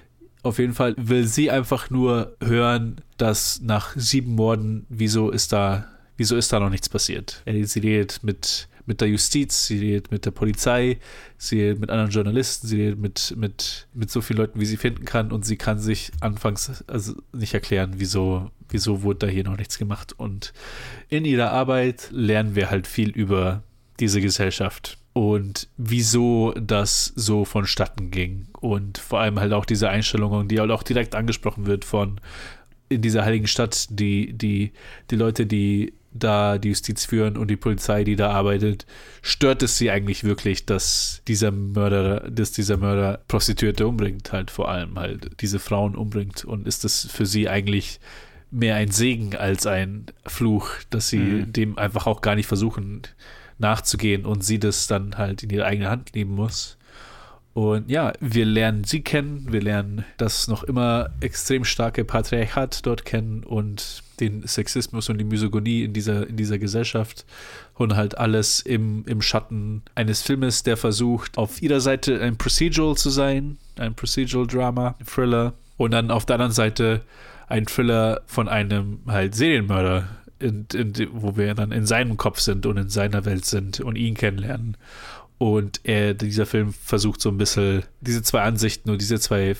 auf jeden Fall will sie einfach nur hören, dass nach sieben Morden, wieso ist da, wieso ist da noch nichts passiert? Sie redet mit mit der Justiz, sie redet mit der Polizei, sie redet mit anderen Journalisten, sie redet mit, mit, mit so vielen Leuten, wie sie finden kann und sie kann sich anfangs also nicht erklären, wieso, wieso wurde da hier noch nichts gemacht. Und in ihrer Arbeit lernen wir halt viel über diese Gesellschaft und wieso das so vonstatten ging und vor allem halt auch diese Einstellung, die halt auch direkt angesprochen wird von in dieser heiligen Stadt, die, die, die Leute, die da die Justiz führen und die Polizei, die da arbeitet, stört es sie eigentlich wirklich, dass dieser Mörder, dass dieser Mörder Prostituierte umbringt, halt vor allem halt diese Frauen umbringt und ist das für sie eigentlich mehr ein Segen als ein Fluch, dass sie mhm. dem einfach auch gar nicht versuchen nachzugehen und sie das dann halt in ihre eigene Hand nehmen muss. Und ja, wir lernen sie kennen, wir lernen das noch immer extrem starke Patriarchat dort kennen und den Sexismus und die Misogynie in dieser, in dieser Gesellschaft und halt alles im, im Schatten eines Filmes, der versucht, auf ihrer Seite ein Procedural zu sein, ein Procedural Drama, Thriller und dann auf der anderen Seite ein Thriller von einem halt Serienmörder, in, in, wo wir dann in seinem Kopf sind und in seiner Welt sind und ihn kennenlernen. Und er, dieser Film versucht so ein bisschen diese zwei Ansichten und diese zwei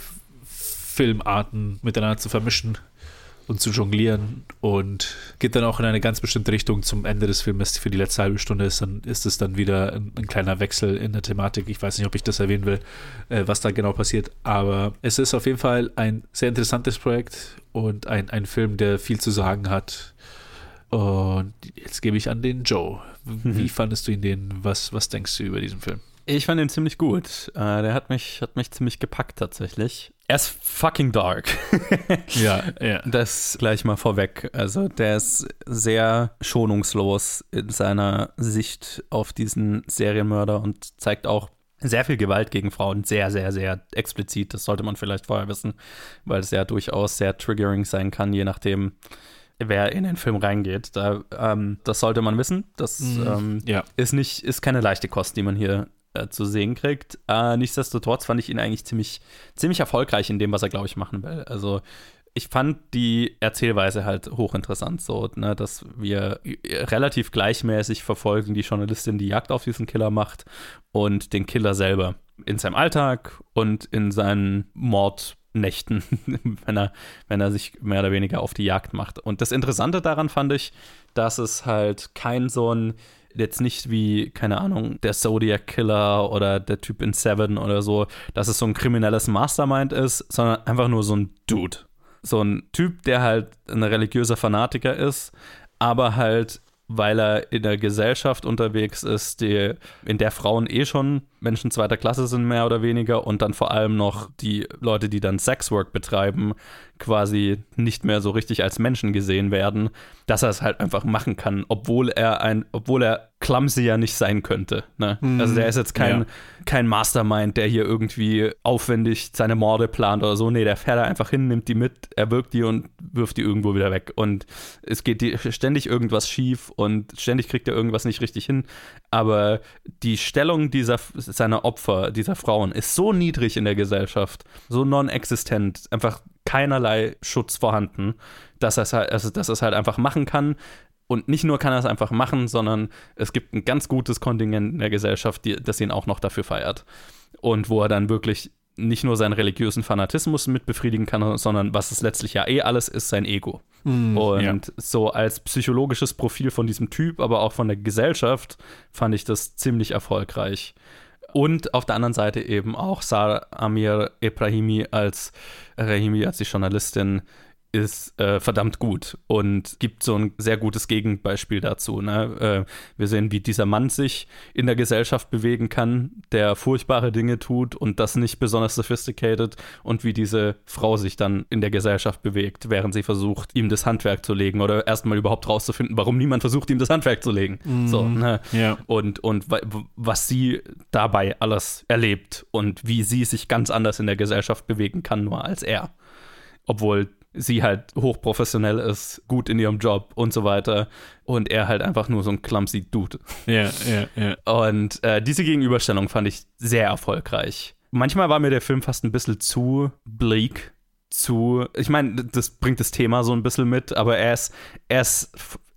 Filmarten miteinander zu vermischen und zu jonglieren und geht dann auch in eine ganz bestimmte Richtung zum Ende des Films. Für die letzte halbe Stunde ist, dann, ist es dann wieder ein, ein kleiner Wechsel in der Thematik. Ich weiß nicht, ob ich das erwähnen will, äh, was da genau passiert, aber es ist auf jeden Fall ein sehr interessantes Projekt und ein, ein Film, der viel zu sagen hat. Und jetzt gebe ich an den Joe. Wie mhm. fandest du ihn den? Was, was denkst du über diesen Film? Ich fand ihn ziemlich gut. Äh, der hat mich, hat mich ziemlich gepackt tatsächlich. Er ist fucking dark. ja, ja. Das gleich mal vorweg. Also der ist sehr schonungslos in seiner Sicht auf diesen Serienmörder und zeigt auch sehr viel Gewalt gegen Frauen. Sehr, sehr, sehr explizit. Das sollte man vielleicht vorher wissen, weil es ja durchaus sehr triggering sein kann, je nachdem, wer in den Film reingeht. Da, ähm, das sollte man wissen. Das mhm. ähm, ja. ist nicht, ist keine leichte Kost, die man hier äh, zu sehen kriegt. Äh, nichtsdestotrotz fand ich ihn eigentlich ziemlich, ziemlich erfolgreich in dem, was er, glaube ich, machen will. Also ich fand die Erzählweise halt hochinteressant, so, ne, dass wir relativ gleichmäßig verfolgen, die Journalistin die Jagd auf diesen Killer macht und den Killer selber in seinem Alltag und in seinen Mord Nächten, wenn er, wenn er sich mehr oder weniger auf die Jagd macht. Und das Interessante daran fand ich, dass es halt kein so ein, jetzt nicht wie, keine Ahnung, der Zodiac Killer oder der Typ in Seven oder so, dass es so ein kriminelles Mastermind ist, sondern einfach nur so ein Dude. So ein Typ, der halt ein religiöser Fanatiker ist, aber halt, weil er in der Gesellschaft unterwegs ist, die, in der Frauen eh schon Menschen zweiter Klasse sind, mehr oder weniger, und dann vor allem noch die Leute, die dann Sexwork betreiben, quasi nicht mehr so richtig als Menschen gesehen werden, dass er es halt einfach machen kann, obwohl er ein, obwohl er clumsy ja nicht sein könnte. Ne? Mhm. Also der ist jetzt kein, ja. kein Mastermind, der hier irgendwie aufwendig seine Morde plant oder so. Nee, der fährt da einfach hin, nimmt die mit, erwürgt die und wirft die irgendwo wieder weg. Und es geht die, ständig irgendwas schief und ständig kriegt er irgendwas nicht richtig hin. Aber die Stellung dieser, seiner Opfer, dieser Frauen, ist so niedrig in der Gesellschaft, so non-existent, einfach keinerlei Schutz vorhanden, dass er es halt, also, dass er es halt einfach machen kann. Und nicht nur kann er es einfach machen, sondern es gibt ein ganz gutes Kontingent in der Gesellschaft, die, das ihn auch noch dafür feiert. Und wo er dann wirklich nicht nur seinen religiösen Fanatismus mit befriedigen kann, sondern was es letztlich ja eh alles ist, sein Ego. Mm, und ja. so als psychologisches Profil von diesem Typ, aber auch von der Gesellschaft, fand ich das ziemlich erfolgreich. Und auf der anderen Seite eben auch Sara Amir Ebrahimi als Rahimi, als die Journalistin, ist äh, verdammt gut und gibt so ein sehr gutes Gegenbeispiel dazu. Ne? Äh, wir sehen, wie dieser Mann sich in der Gesellschaft bewegen kann, der furchtbare Dinge tut und das nicht besonders sophisticated, und wie diese Frau sich dann in der Gesellschaft bewegt, während sie versucht, ihm das Handwerk zu legen oder erstmal überhaupt rauszufinden, warum niemand versucht, ihm das Handwerk zu legen. Mhm. So, ne? Ja. Und, und w- was sie dabei alles erlebt und wie sie sich ganz anders in der Gesellschaft bewegen kann, nur als er. Obwohl sie halt hochprofessionell ist, gut in ihrem Job und so weiter, und er halt einfach nur so ein clumsy Dude. Ja, ja, ja. Und äh, diese Gegenüberstellung fand ich sehr erfolgreich. Manchmal war mir der Film fast ein bisschen zu bleak, zu, ich meine, das bringt das Thema so ein bisschen mit, aber er ist, er ist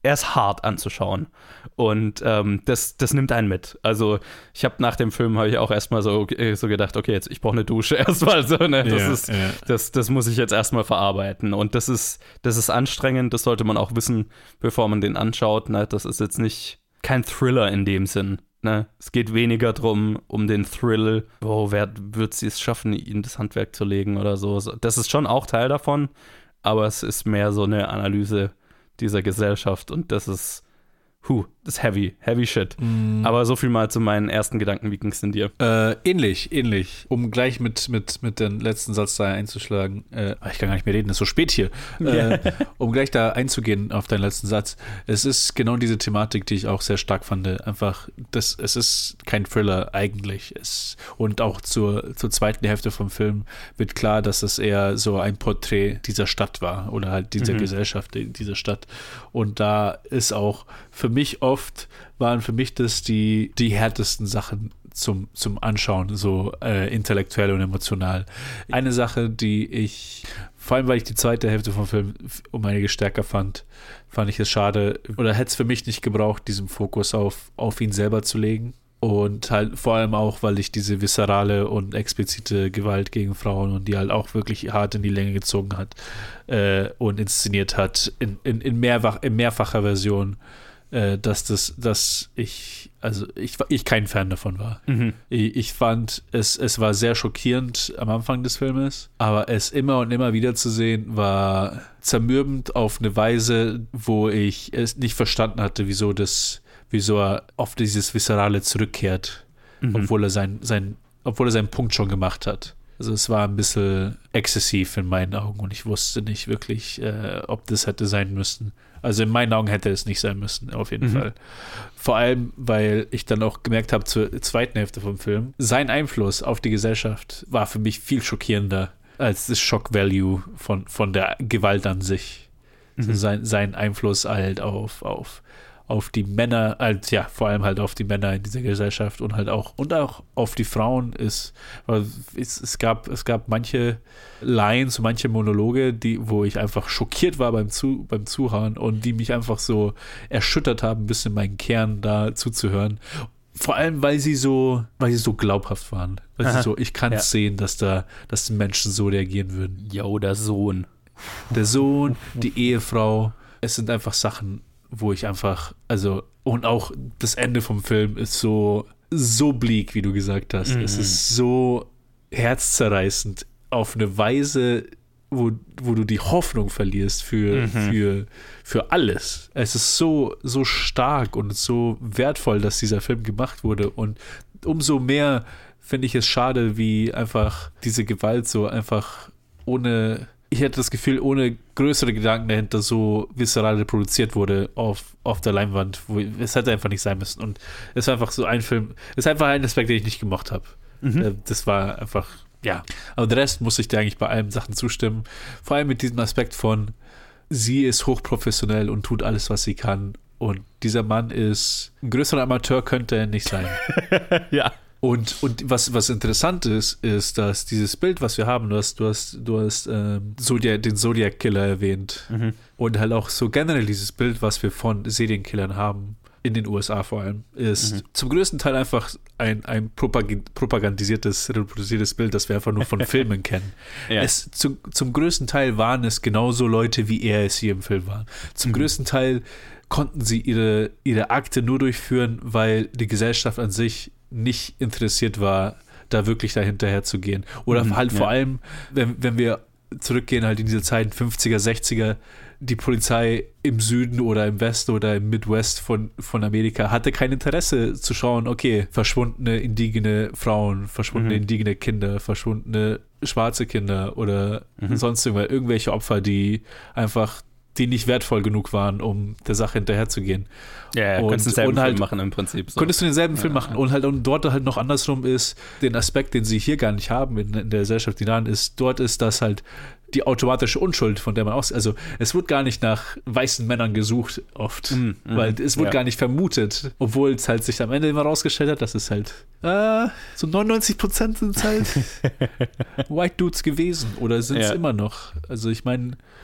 er ist hart anzuschauen. Und ähm, das, das nimmt einen mit. Also ich habe nach dem Film habe ich auch erstmal so, so gedacht, okay, jetzt ich brauche eine Dusche erstmal so, ne? Das, ja, ist, ja. das, das muss ich jetzt erstmal verarbeiten. Und das ist, das ist anstrengend, das sollte man auch wissen, bevor man den anschaut. Ne? Das ist jetzt nicht kein Thriller in dem Sinn. Ne? Es geht weniger drum, um den Thrill, oh, wer wird sie es schaffen, ihnen das Handwerk zu legen oder so. Das ist schon auch Teil davon, aber es ist mehr so eine Analyse dieser Gesellschaft und das ist Huh, das ist heavy, heavy shit. Mm. Aber so viel mal zu meinen ersten Gedanken. Wie ging es denn dir? Äh, ähnlich, ähnlich. Um gleich mit, mit, mit dem letzten Satz da einzuschlagen. Äh, ich kann gar nicht mehr reden, es ist so spät hier. Äh, um gleich da einzugehen auf deinen letzten Satz. Es ist genau diese Thematik, die ich auch sehr stark fand. Einfach, das, es ist kein Thriller eigentlich. Es, und auch zur, zur zweiten Hälfte vom Film wird klar, dass es eher so ein Porträt dieser Stadt war. Oder halt dieser mhm. Gesellschaft, dieser Stadt. Und da ist auch für mich oft, waren für mich das die, die härtesten Sachen zum, zum Anschauen, so äh, intellektuell und emotional. Eine Sache, die ich, vor allem weil ich die zweite Hälfte vom Film um einiges stärker fand, fand ich es schade, oder hätte es für mich nicht gebraucht, diesen Fokus auf, auf ihn selber zu legen. Und halt vor allem auch, weil ich diese viszerale und explizite Gewalt gegen Frauen und die halt auch wirklich hart in die Länge gezogen hat äh, und inszeniert hat in, in, in, mehrfach, in mehrfacher Version, äh, dass das, dass ich, also ich, ich kein Fan davon war. Mhm. Ich, ich fand, es, es war sehr schockierend am Anfang des Filmes, aber es immer und immer wieder zu sehen, war zermürbend auf eine Weise, wo ich es nicht verstanden hatte, wieso das wieso er auf dieses Viszerale zurückkehrt, mhm. obwohl er sein, sein, obwohl er seinen Punkt schon gemacht hat. Also es war ein bisschen exzessiv in meinen Augen und ich wusste nicht wirklich, äh, ob das hätte sein müssen. Also in meinen Augen hätte es nicht sein müssen, auf jeden mhm. Fall. Vor allem, weil ich dann auch gemerkt habe zur zweiten Hälfte vom Film, sein Einfluss auf die Gesellschaft war für mich viel schockierender als das Shock-Value von, von der Gewalt an sich. Mhm. Also sein, sein Einfluss halt auf, auf auf die Männer, halt, ja, vor allem halt auf die Männer in dieser Gesellschaft und halt auch, und auch auf die Frauen ist, weil es, es gab, es gab manche Lines, manche Monologe, die, wo ich einfach schockiert war beim, Zu, beim Zuhören und die mich einfach so erschüttert haben, bis in meinen Kern da zuzuhören. Vor allem, weil sie so, weil sie so glaubhaft waren. Weil sie so, ich kann es ja. sehen, dass da, dass die Menschen so reagieren würden. Jo, der Sohn. Der Sohn, die Ehefrau, es sind einfach Sachen, wo ich einfach, also, und auch das Ende vom Film ist so, so bleak, wie du gesagt hast. Mhm. Es ist so herzzerreißend auf eine Weise, wo, wo du die Hoffnung verlierst für, mhm. für, für alles. Es ist so, so stark und so wertvoll, dass dieser Film gemacht wurde und umso mehr finde ich es schade, wie einfach diese Gewalt so einfach ohne... Ich hätte das Gefühl, ohne größere Gedanken dahinter so viszeral reproduziert wurde auf, auf der Leinwand. Wo, es hätte einfach nicht sein müssen. Und es war einfach so ein Film, es ist einfach ein Aspekt, den ich nicht gemocht habe. Mhm. Das war einfach, ja. Aber der Rest muss ich dir eigentlich bei allen Sachen zustimmen. Vor allem mit diesem Aspekt von, sie ist hochprofessionell und tut alles, was sie kann. Und dieser Mann ist, ein größerer Amateur könnte er nicht sein. Ja. Und, und was, was interessant ist, ist, dass dieses Bild, was wir haben, du hast, du hast, du hast ähm, Zodiac, den Zodiac-Killer erwähnt. Mhm. Und halt auch so generell dieses Bild, was wir von Serienkillern haben, in den U S A vor allem, ist mhm. zum größten Teil einfach ein, ein propag- propagandisiertes, reproduziertes Bild, das wir einfach nur von Filmen kennen. Ja. Es, zu, zum größten Teil waren es genauso Leute, wie er es hier im Film war. Zum mhm. größten Teil konnten sie ihre, ihre Akte nur durchführen, weil die Gesellschaft an sich nicht interessiert war, da wirklich dahinterher zu gehen. Oder mhm, halt ja. vor allem, wenn, wenn wir zurückgehen halt in diese Zeiten fünfziger, sechziger, die Polizei im Süden oder im Westen oder im Midwest von, von Amerika hatte kein Interesse zu schauen, okay, verschwundene indigene Frauen, verschwundene mhm. indigene Kinder, verschwundene schwarze Kinder oder mhm. sonst irgendwas, irgendwelche Opfer, die einfach die nicht wertvoll genug waren, um der Sache hinterherzugehen. Ja, ja, und, könntest du denselben und halt, Film machen im Prinzip. So. Könntest du denselben ja, Film machen. Ja. Und halt und dort halt noch andersrum ist, den Aspekt, den sie hier gar nicht haben in, in der Gesellschaft, die nahen ist, dort ist das halt die automatische Unschuld, von der man aus, also es wird gar nicht nach weißen Männern gesucht oft, mm, mm, weil es wird ja. gar nicht vermutet, obwohl es halt sich am Ende immer rausgestellt hat, dass es halt äh, so neunundneunzig Prozent sind es halt White Dudes gewesen oder sind es ja. immer noch. Also ich meine,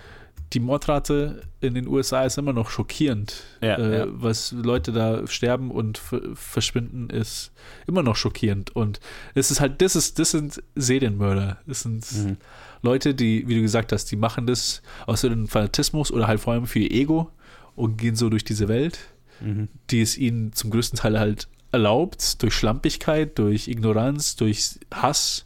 die Mordrate in den U S A ist immer noch schockierend. Ja, äh, ja. Was Leute da sterben und f- verschwinden, ist immer noch schockierend. Und es ist halt, das ist, das sind Serienmörder. Das sind mhm. Leute, die, wie du gesagt hast, die machen das aus ihrem Fanatismus oder halt vor allem für ihr Ego und gehen so durch diese Welt, mhm. die es ihnen zum größten Teil halt erlaubt, durch Schlampigkeit, durch Ignoranz, durch Hass.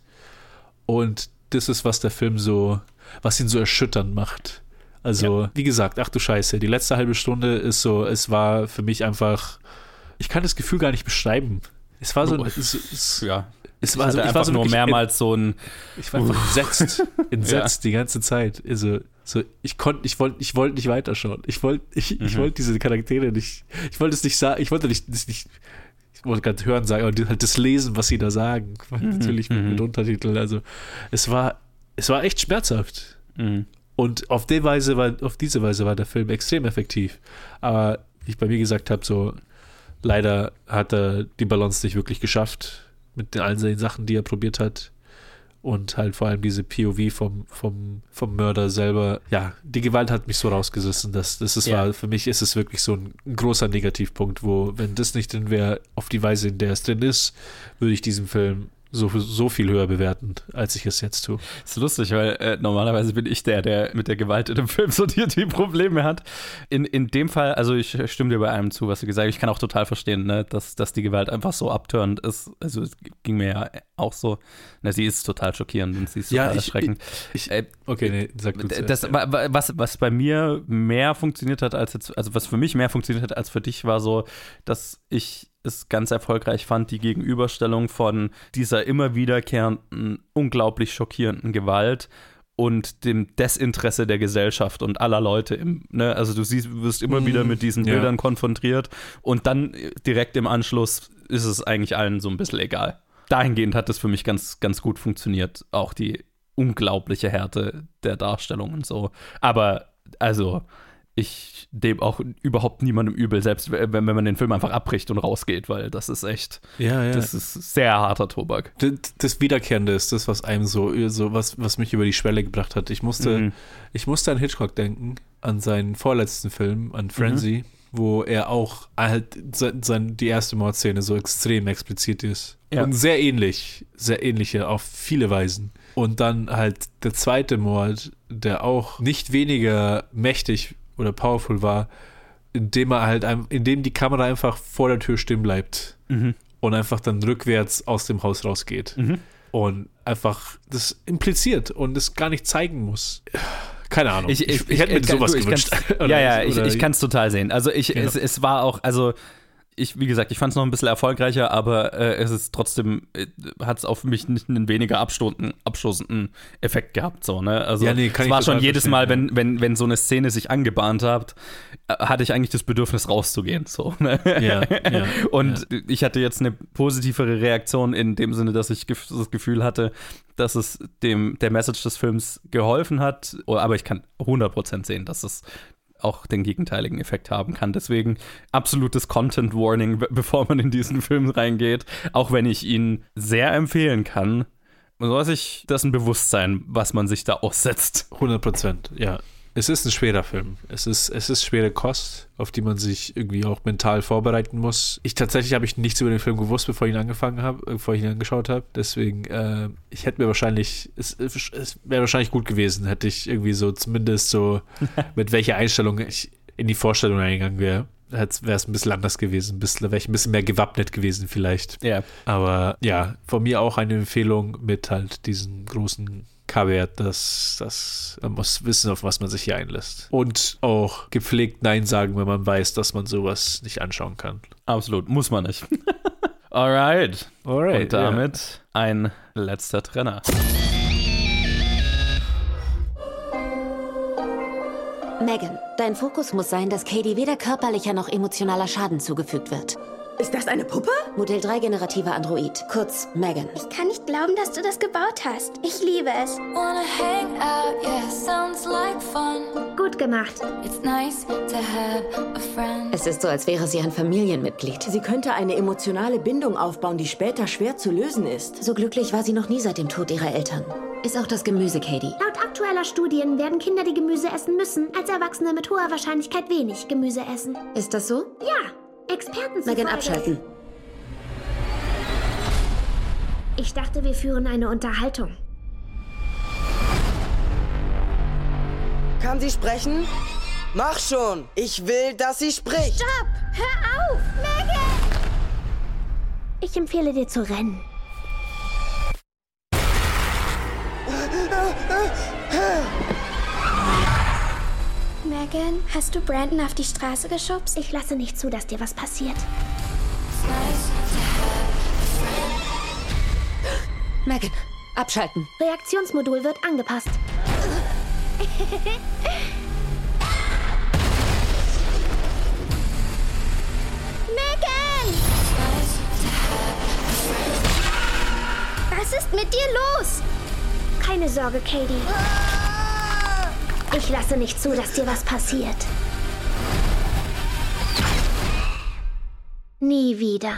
Und das ist, was der Film so, was ihn so erschütternd macht. Also, ja. wie gesagt, ach du Scheiße, die letzte halbe Stunde ist so, es war für mich einfach, ich kann das Gefühl gar nicht beschreiben. Es war so, oh, es, es, ja. es war ich so, ich einfach war so nur mehrmals in, so ein, ich war einfach entsetzt, entsetzt ja. die ganze Zeit. Also, so, ich konnte, ich wollte, ich wollte nicht weiterschauen. Ich wollte, ich, mhm. ich wollte diese Charaktere nicht, ich wollte es nicht sagen, ich wollte nicht, nicht, nicht ich wollte gerade hören sagen, aber halt das Lesen, was sie da sagen, mhm. natürlich mit, mit Untertiteln. Also, es war, es war echt schmerzhaft. Mhm. Und auf die Weise war, auf diese Weise war der Film extrem effektiv. Aber wie ich bei mir gesagt habe, so leider hat er die Balance nicht wirklich geschafft mit den all den Sachen, die er probiert hat. Und halt vor allem diese P O V vom, vom, vom Mörder selber. Ja, die Gewalt hat mich so rausgerissen. Dass, das ist, ja. war, für mich ist es wirklich so ein, ein großer Negativpunkt, wo, wenn das nicht drin wäre, auf die Weise, in der es drin ist, würde ich diesen Film so, so viel höher bewerten, als ich es jetzt tue. Das ist lustig, weil äh, normalerweise bin ich der, der mit der Gewalt in dem Film so die, die Probleme hat. In, in dem Fall, also ich stimme dir bei allem zu, was du gesagt hast. Ich kann auch total verstehen, ne, dass, dass die Gewalt einfach so abtörend ist. Also es ging mir ja auch so. Ne, sie ist total schockierend und sie ist total ja, ich, erschreckend. Ich, ich, äh, okay, nee, sag du das, das, was, was bei mir mehr funktioniert hat als jetzt, also was für mich mehr funktioniert hat als für dich, war so, dass ich es ganz erfolgreich fand, die Gegenüberstellung von dieser immer wiederkehrenden, unglaublich schockierenden Gewalt und dem Desinteresse der Gesellschaft und aller Leute. Im, ne? Also du siehst, wirst immer mm, wieder mit diesen ja. Bildern konfrontiert und dann direkt im Anschluss ist es eigentlich allen so ein bisschen egal. Dahingehend hat es für mich ganz, ganz gut funktioniert. Auch die unglaubliche Härte der Darstellung und so. Aber also ich nehme auch überhaupt niemandem übel, selbst wenn, wenn man den Film einfach abbricht und rausgeht, weil das ist echt, ja, ja. das ist sehr harter Tobak. Das, das Wiederkehrende ist das, was einem so, so was, was mich über die Schwelle gebracht hat. Ich musste, mhm. ich musste an Hitchcock denken, an seinen vorletzten Film, an Frenzy, mhm. wo er auch halt sein, sein, die erste Mordszene so extrem explizit ist. Ja. Und sehr ähnlich, sehr ähnliche auf viele Weisen. Und dann halt der zweite Mord, der auch nicht weniger mächtig oder powerful war, indem er halt, indem die Kamera einfach vor der Tür stehen bleibt mhm. und einfach dann rückwärts aus dem Haus rausgeht. Mhm. Und einfach das impliziert und es gar nicht zeigen muss. Keine Ahnung. Ich, ich, ich, ich hätte mir ich, sowas du, gewünscht. Ja, ja, ich, ich kann es total sehen. Also ich, genau. es, es war auch, also ich, wie gesagt, ich fand es noch ein bisschen erfolgreicher, aber äh, es ist trotzdem, äh, hat es auf mich nicht einen weniger abstoßenden, abstoßenden Effekt gehabt. So, ne? Also ja, nee, es war schon jedes Mal, wenn, wenn, wenn so eine Szene sich angebahnt hat, äh, hatte ich eigentlich das Bedürfnis rauszugehen. So, ne? ja, ja, Und ja. ich hatte jetzt eine positivere Reaktion in dem Sinne, dass ich gef- das Gefühl hatte, dass es dem der Message des Films geholfen hat. Aber ich kann hundert Prozent sehen, dass es auch den gegenteiligen Effekt haben kann. Deswegen absolutes Content-Warning, be- bevor man in diesen Film reingeht. Auch wenn ich ihn sehr empfehlen kann, soll sich dessen bewusst sein, was man sich da aussetzt. hundert Prozent, ja. Es ist ein schwerer Film. Es ist, es ist schwere Kost, auf die man sich irgendwie auch mental vorbereiten muss. Ich tatsächlich habe ich nichts über den Film gewusst, bevor ich ihn angefangen habe, bevor ich ihn angeschaut habe. Deswegen, äh, ich hätte mir wahrscheinlich, es, es wäre wahrscheinlich gut gewesen, hätte ich irgendwie so zumindest so, mit welcher Einstellung ich in die Vorstellung eingegangen wäre. Wäre es ein bisschen anders gewesen, wäre ich ein bisschen mehr gewappnet gewesen vielleicht. Ja. Aber ja, von mir auch eine Empfehlung mit halt diesen großen Caveat, dass, dass man muss wissen, auf was man sich hier einlässt. Und auch gepflegt Nein sagen, wenn man weiß, dass man sowas nicht anschauen kann. Absolut, muss man nicht. Alright. Alright. Und damit ja. ein letzter Trenner. Megan, dein Fokus muss sein, dass Katie weder körperlicher noch emotionaler Schaden zugefügt wird. Ist das eine Puppe? Modell drei generativer Android, kurz Megan. Ich kann nicht glauben, dass du das gebaut hast. Ich liebe es. Out, yeah, like Gut gemacht. Nice es ist so, als wäre sie ein Familienmitglied. Sie könnte eine emotionale Bindung aufbauen, die später schwer zu lösen ist. So glücklich war sie noch nie seit dem Tod ihrer Eltern. ist auch das Gemüse, Katie. Laut aktueller Studien werden Kinder, die Gemüse essen müssen, als Erwachsene mit hoher Wahrscheinlichkeit wenig Gemüse essen. Ist das so? Ja, Experten zufolge. Megan, abschalten. Ich dachte, wir führen eine Unterhaltung. Kann sie sprechen? Mach schon! Ich will, dass sie spricht! Stopp! Hör auf! Megan! Ich empfehle dir zu rennen. Megan, hast du Brandon auf die Straße geschubst? Ich lasse nicht zu, dass dir was passiert. Megan, abschalten. Reaktionsmodul wird angepasst. Megan! Was ist mit dir los? Keine Sorge, Katie. Ich lasse nicht zu, dass dir was passiert. Nie wieder.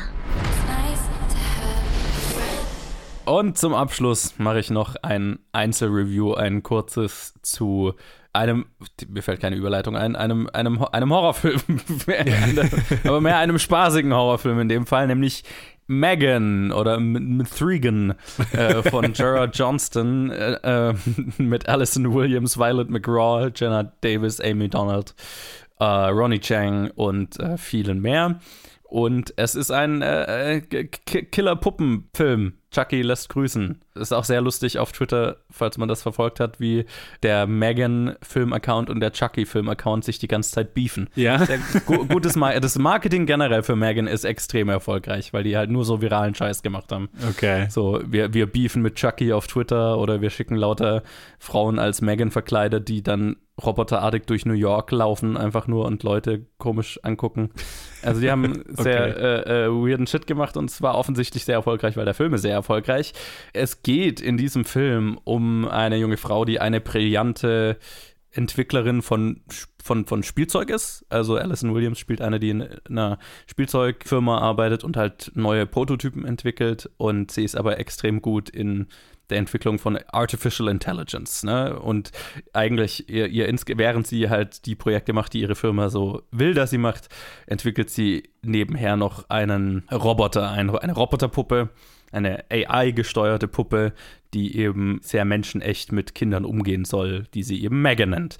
Und zum Abschluss mache ich noch ein Einzelreview, ein kurzes zu einem, mir fällt keine Überleitung ein, einem, einem, einem Horrorfilm, aber mehr einem spaßigen Horrorfilm in dem Fall, nämlich Megan oder Mithrigan äh, von Gerard Johnston äh, mit Alison Williams, Violet McGraw, Jenna Davis, Amy Donald, äh, Ronnie Chang und äh, vielen mehr. Und es ist ein äh, Killer-Puppen-Film. Chucky lässt grüßen. Ist auch sehr lustig auf Twitter, falls man das verfolgt hat, wie der Megan-Film-Account und der Chucky-Film-Account sich die ganze Zeit beefen. Ja. Sehr gu- gutes Mar- das Marketing generell für Megan ist extrem erfolgreich, weil die halt nur so viralen Scheiß gemacht haben. Okay. So, wir, wir beefen mit Chucky auf Twitter oder wir schicken lauter Frauen als Megan verkleidet, die dann roboterartig durch New York laufen, einfach nur und Leute komisch angucken. Also die haben sehr Okay. äh, äh, weirden Shit gemacht und es war offensichtlich sehr erfolgreich, weil der Film ist sehr erfolgreich. Es geht in diesem Film um eine junge Frau, die eine brillante Entwicklerin von, von, von Spielzeug ist. Also Alison Williams spielt eine, die in einer Spielzeugfirma arbeitet und halt neue Prototypen entwickelt und sie ist aber extrem gut in der Entwicklung von Artificial Intelligence, ne? Und eigentlich, ihr, ihr ins, während sie halt die Projekte macht, die ihre Firma so will, dass sie macht, entwickelt sie nebenher noch einen Roboter, eine, eine Roboterpuppe, eine A I-gesteuerte Puppe, die eben sehr menschenecht mit Kindern umgehen soll, die sie eben Megan nennt.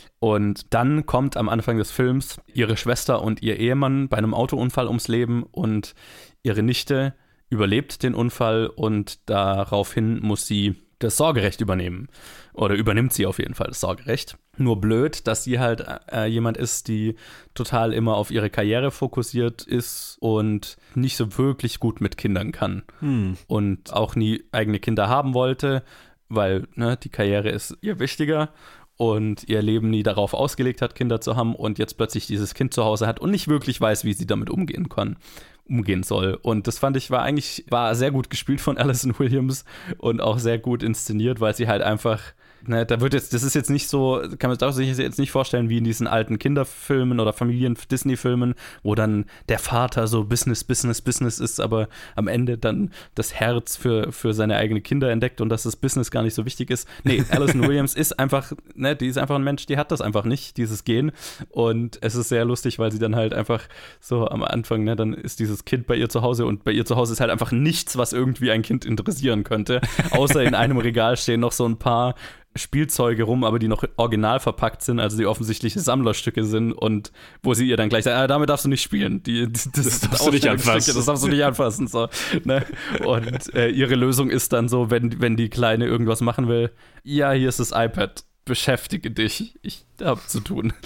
Und dann kommt am Anfang des Films ihre Schwester und ihr Ehemann bei einem Autounfall ums Leben und ihre Nichte überlebt den Unfall und daraufhin muss sie das Sorgerecht übernehmen. Oder übernimmt sie auf jeden Fall das Sorgerecht. Nur blöd, dass sie halt äh, jemand ist, die total immer auf ihre Karriere fokussiert ist und nicht so wirklich gut mit Kindern kann. Hm. Und auch nie eigene Kinder haben wollte, weil ne, die Karriere ist ihr wichtiger und ihr Leben nie darauf ausgelegt hat, Kinder zu haben und jetzt plötzlich dieses Kind zu Hause hat und nicht wirklich weiß, wie sie damit umgehen kann. umgehen soll. Und das fand ich, war eigentlich, war sehr gut gespielt von Alison Williams und auch sehr gut inszeniert, weil sie halt einfach, ne, da wird jetzt, das ist jetzt nicht so, kann man darf sich jetzt nicht vorstellen, wie in diesen alten Kinderfilmen oder Familien-Disney-Filmen, wo dann der Vater so Business, Business, Business ist, aber am Ende dann das Herz für, für seine eigenen Kinder entdeckt und dass das Business gar nicht so wichtig ist. Nee, Alison Williams ist einfach, ne, die ist einfach ein Mensch, die hat das einfach nicht, dieses Gen. Und es ist sehr lustig, weil sie dann halt einfach so am Anfang, ne, dann ist dieses Kind bei ihr zu Hause und bei ihr zu Hause ist halt einfach nichts, was irgendwie ein Kind interessieren könnte, außer in einem Regal stehen noch so ein paar Spielzeuge rum, aber die noch original verpackt sind, also die offensichtliche Sammlerstücke sind und wo sie ihr dann gleich sagt, ah, damit darfst du nicht spielen. Die, das, das, das darfst du nicht anfassen. Das darfst du nicht anfassen. So, ne? Und äh, ihre Lösung ist dann so, wenn, wenn die Kleine irgendwas machen will, ja, hier ist das iPad. Beschäftige dich, ich hab zu tun.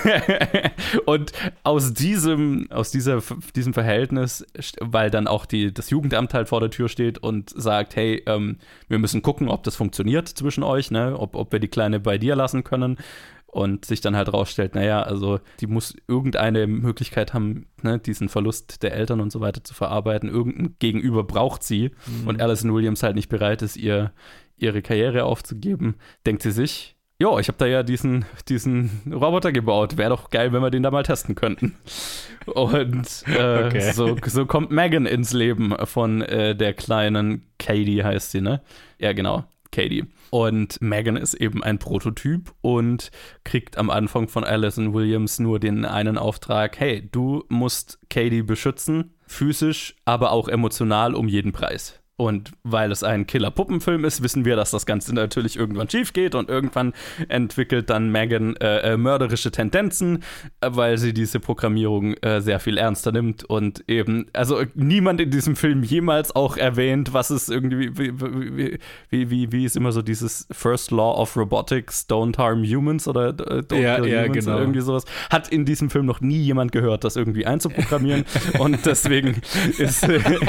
Und aus diesem, aus dieser, diesem Verhältnis, weil dann auch die, das Jugendamt halt vor der Tür steht und sagt, hey, ähm, wir müssen gucken, ob das funktioniert zwischen euch, ne? ob, ob wir die Kleine bei dir lassen können. Und sich dann halt rausstellt, naja, also die muss irgendeine Möglichkeit haben, ne, diesen Verlust der Eltern und so weiter zu verarbeiten. Irgendein Gegenüber braucht sie. Mhm. Und Alison Williams halt nicht bereit ist, ihr ihre Karriere aufzugeben, denkt sie sich, jo, ich habe da ja diesen, diesen Roboter gebaut. Wäre doch geil, wenn wir den da mal testen könnten. Und äh, okay. so, so kommt Megan ins Leben von äh, der kleinen Katie, heißt sie, ne? Ja, genau. Katie. Und Megan ist eben ein Prototyp und kriegt am Anfang von Allison Williams nur den einen Auftrag, hey, du musst Katie beschützen, physisch, aber auch emotional um jeden Preis. Und weil es ein Killer-Puppenfilm ist, wissen wir, dass das Ganze natürlich irgendwann schief geht und irgendwann entwickelt dann Megan äh, äh, mörderische Tendenzen, äh, weil sie diese Programmierung äh, sehr viel ernster nimmt und eben, also niemand in diesem Film jemals auch erwähnt, was ist irgendwie, wie, wie, wie, wie, wie ist immer so dieses First Law of Robotics, don't harm humans oder äh, don't ja, kill ja, humans genau. oder irgendwie sowas. Hat in diesem Film noch nie jemand gehört, das irgendwie einzuprogrammieren und deswegen ist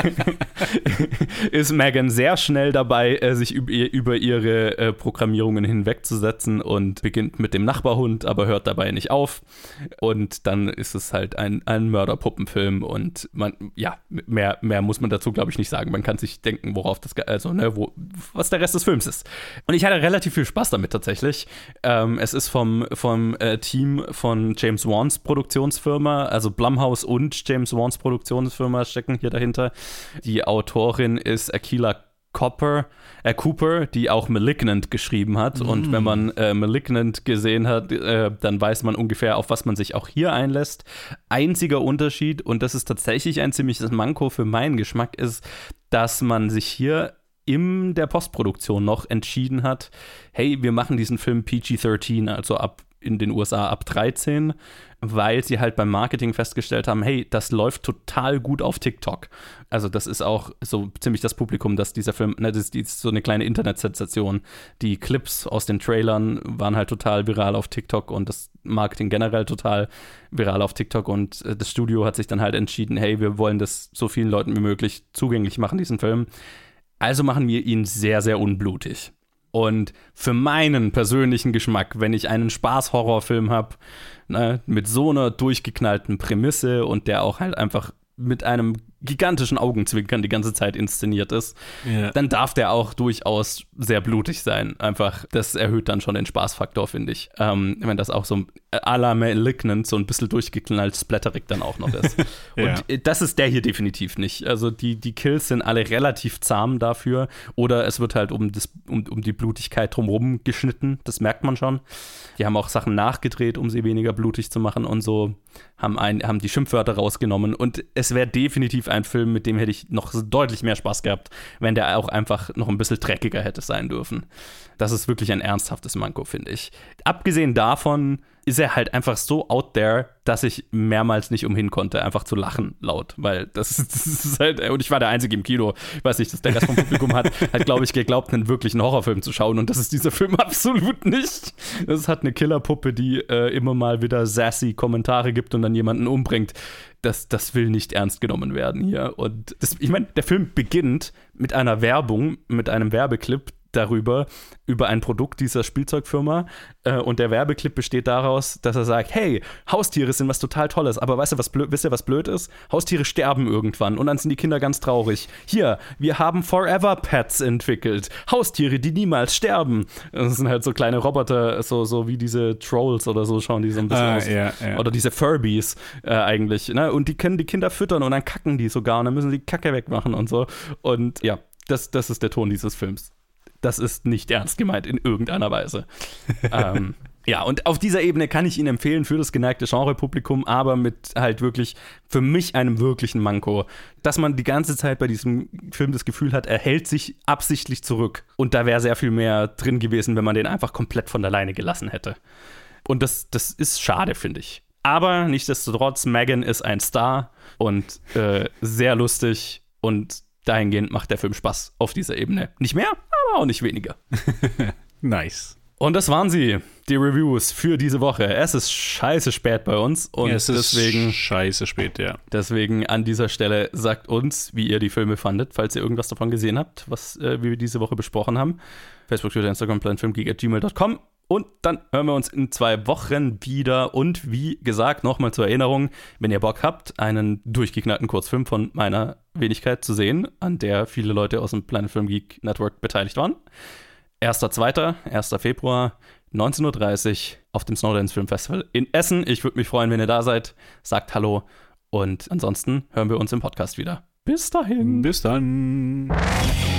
ist Megan sehr schnell dabei, äh, sich über, über ihre äh, Programmierungen hinwegzusetzen und beginnt mit dem Nachbarhund, aber hört dabei nicht auf. Und dann ist es halt ein, ein Mörderpuppenfilm und man, ja, mehr, mehr muss man dazu, glaube ich, nicht sagen. Man kann sich denken, worauf das, also, ne, wo, was der Rest des Films ist. Und ich hatte relativ viel Spaß damit tatsächlich. Ähm, es ist vom, vom äh, Team von James Wans Produktionsfirma, also Blumhouse und James Wans Produktionsfirma stecken hier dahinter. Die Autorin ist Akilah Cooper, äh, Cooper, die auch Malignant geschrieben hat. Mm. Und wenn man äh, Malignant gesehen hat, äh, dann weiß man ungefähr, auf was man sich auch hier einlässt. Einziger Unterschied, und das ist tatsächlich ein ziemliches Manko für meinen Geschmack, ist, dass man sich hier in der Postproduktion noch entschieden hat, hey, wir machen diesen Film P G dreizehn, also ab in den U S A ab dreizehn, weil sie halt beim Marketing festgestellt haben, hey, das läuft total gut auf TikTok. Also das ist auch so ziemlich das Publikum, dass dieser Film, ne, das ist so eine kleine Internetsensation. Die Clips aus den Trailern waren halt total viral auf TikTok und das Marketing generell total viral auf TikTok und das Studio hat sich dann halt entschieden, hey, wir wollen das so vielen Leuten wie möglich zugänglich machen, diesen Film. Also machen wir ihn sehr, sehr unblutig. Und für meinen persönlichen Geschmack, wenn ich einen Spaß-Horrorfilm habe, ne, mit so einer durchgeknallten Prämisse und der auch halt einfach mit einem gigantischen Augenzwinkern die ganze Zeit inszeniert ist, ja. dann darf der auch durchaus sehr blutig sein. Einfach, das erhöht dann schon den Spaßfaktor, finde ich. Ähm, wenn das auch so à la Malignant so ein bisschen durchgeknallt splatterig dann auch noch ist. ja. Und das ist der hier definitiv nicht. Also die, die Kills sind alle relativ zahm dafür oder es wird halt um, das, um, um die Blutigkeit drumherum geschnitten. Das merkt man schon. Die haben auch Sachen nachgedreht, um sie weniger blutig zu machen und so. Haben, ein, haben die Schimpfwörter rausgenommen und es wäre definitiv ein Film, mit dem hätte ich noch deutlich mehr Spaß gehabt, wenn der auch einfach noch ein bisschen dreckiger hätte sein dürfen. Das ist wirklich ein ernsthaftes Manko, finde ich. Abgesehen davon ist er halt einfach so out there, dass ich mehrmals nicht umhin konnte, einfach zu lachen laut, weil das ist, das ist halt, und ich war der Einzige im Kino, ich weiß nicht, dass der Rest vom Publikum hat, hat, glaube ich, geglaubt, einen wirklichen Horrorfilm zu schauen und das ist dieser Film absolut nicht. Das hat eine Killerpuppe, die äh, immer mal wieder sassy Kommentare gibt und dann jemanden umbringt. Das, das will nicht ernst genommen werden hier. Und das, ich meine, der Film beginnt mit einer Werbung, mit einem Werbeclip darüber, über ein Produkt dieser Spielzeugfirma. Äh, und der Werbeclip besteht daraus, dass er sagt, hey, Haustiere sind was total Tolles, aber weißt du, was blöd, wisst ihr, was blöd ist? Haustiere sterben irgendwann und dann sind die Kinder ganz traurig. Hier, wir haben Forever Pets entwickelt. Haustiere, die niemals sterben. Das sind halt so kleine Roboter, so, so wie diese Trolls oder so, schauen die so ein bisschen ah, aus. Ja, ja. Oder diese Furbies äh, eigentlich. Ne? Und die können die Kinder füttern und dann kacken die sogar und dann müssen die Kacke wegmachen und so. Und ja, das, das ist der Ton dieses Films. Das ist nicht ernst gemeint in irgendeiner Weise. ähm, ja, und auf dieser Ebene kann ich ihn empfehlen für das geneigte Genrepublikum, aber mit halt wirklich für mich einem wirklichen Manko, dass man die ganze Zeit bei diesem Film das Gefühl hat, er hält sich absichtlich zurück. Und da wäre sehr viel mehr drin gewesen, wenn man den einfach komplett von der Leine gelassen hätte. Und das, das ist schade, finde ich. Aber nichtsdestotrotz, Megan ist ein Star und äh, sehr lustig und dahingehend macht der Film Spaß auf dieser Ebene. Nicht mehr, aber auch nicht weniger. Nice. Und das waren sie, die Reviews für diese Woche. Es ist scheiße spät bei uns. Und ja, es ist deswegen, scheiße spät, ja. Deswegen an dieser Stelle sagt uns, wie ihr die Filme fandet, falls ihr irgendwas davon gesehen habt, was äh, wir diese Woche besprochen haben. Facebook, Twitter, Instagram, planfilmgeek at gmail dot com. Und dann hören wir uns in zwei Wochen wieder. Und wie gesagt, nochmal zur Erinnerung, wenn ihr Bock habt, einen durchgeknallten Kurzfilm von meiner Wenigkeit zu sehen, an der viele Leute aus dem Planet Film Geek Network beteiligt waren. erster zweiter erster Februar, neunzehn Uhr dreißig auf dem Snowdance Film Festival in Essen. Ich würde mich freuen, wenn ihr da seid. Sagt Hallo. Und ansonsten hören wir uns im Podcast wieder. Bis dahin. Bis dann.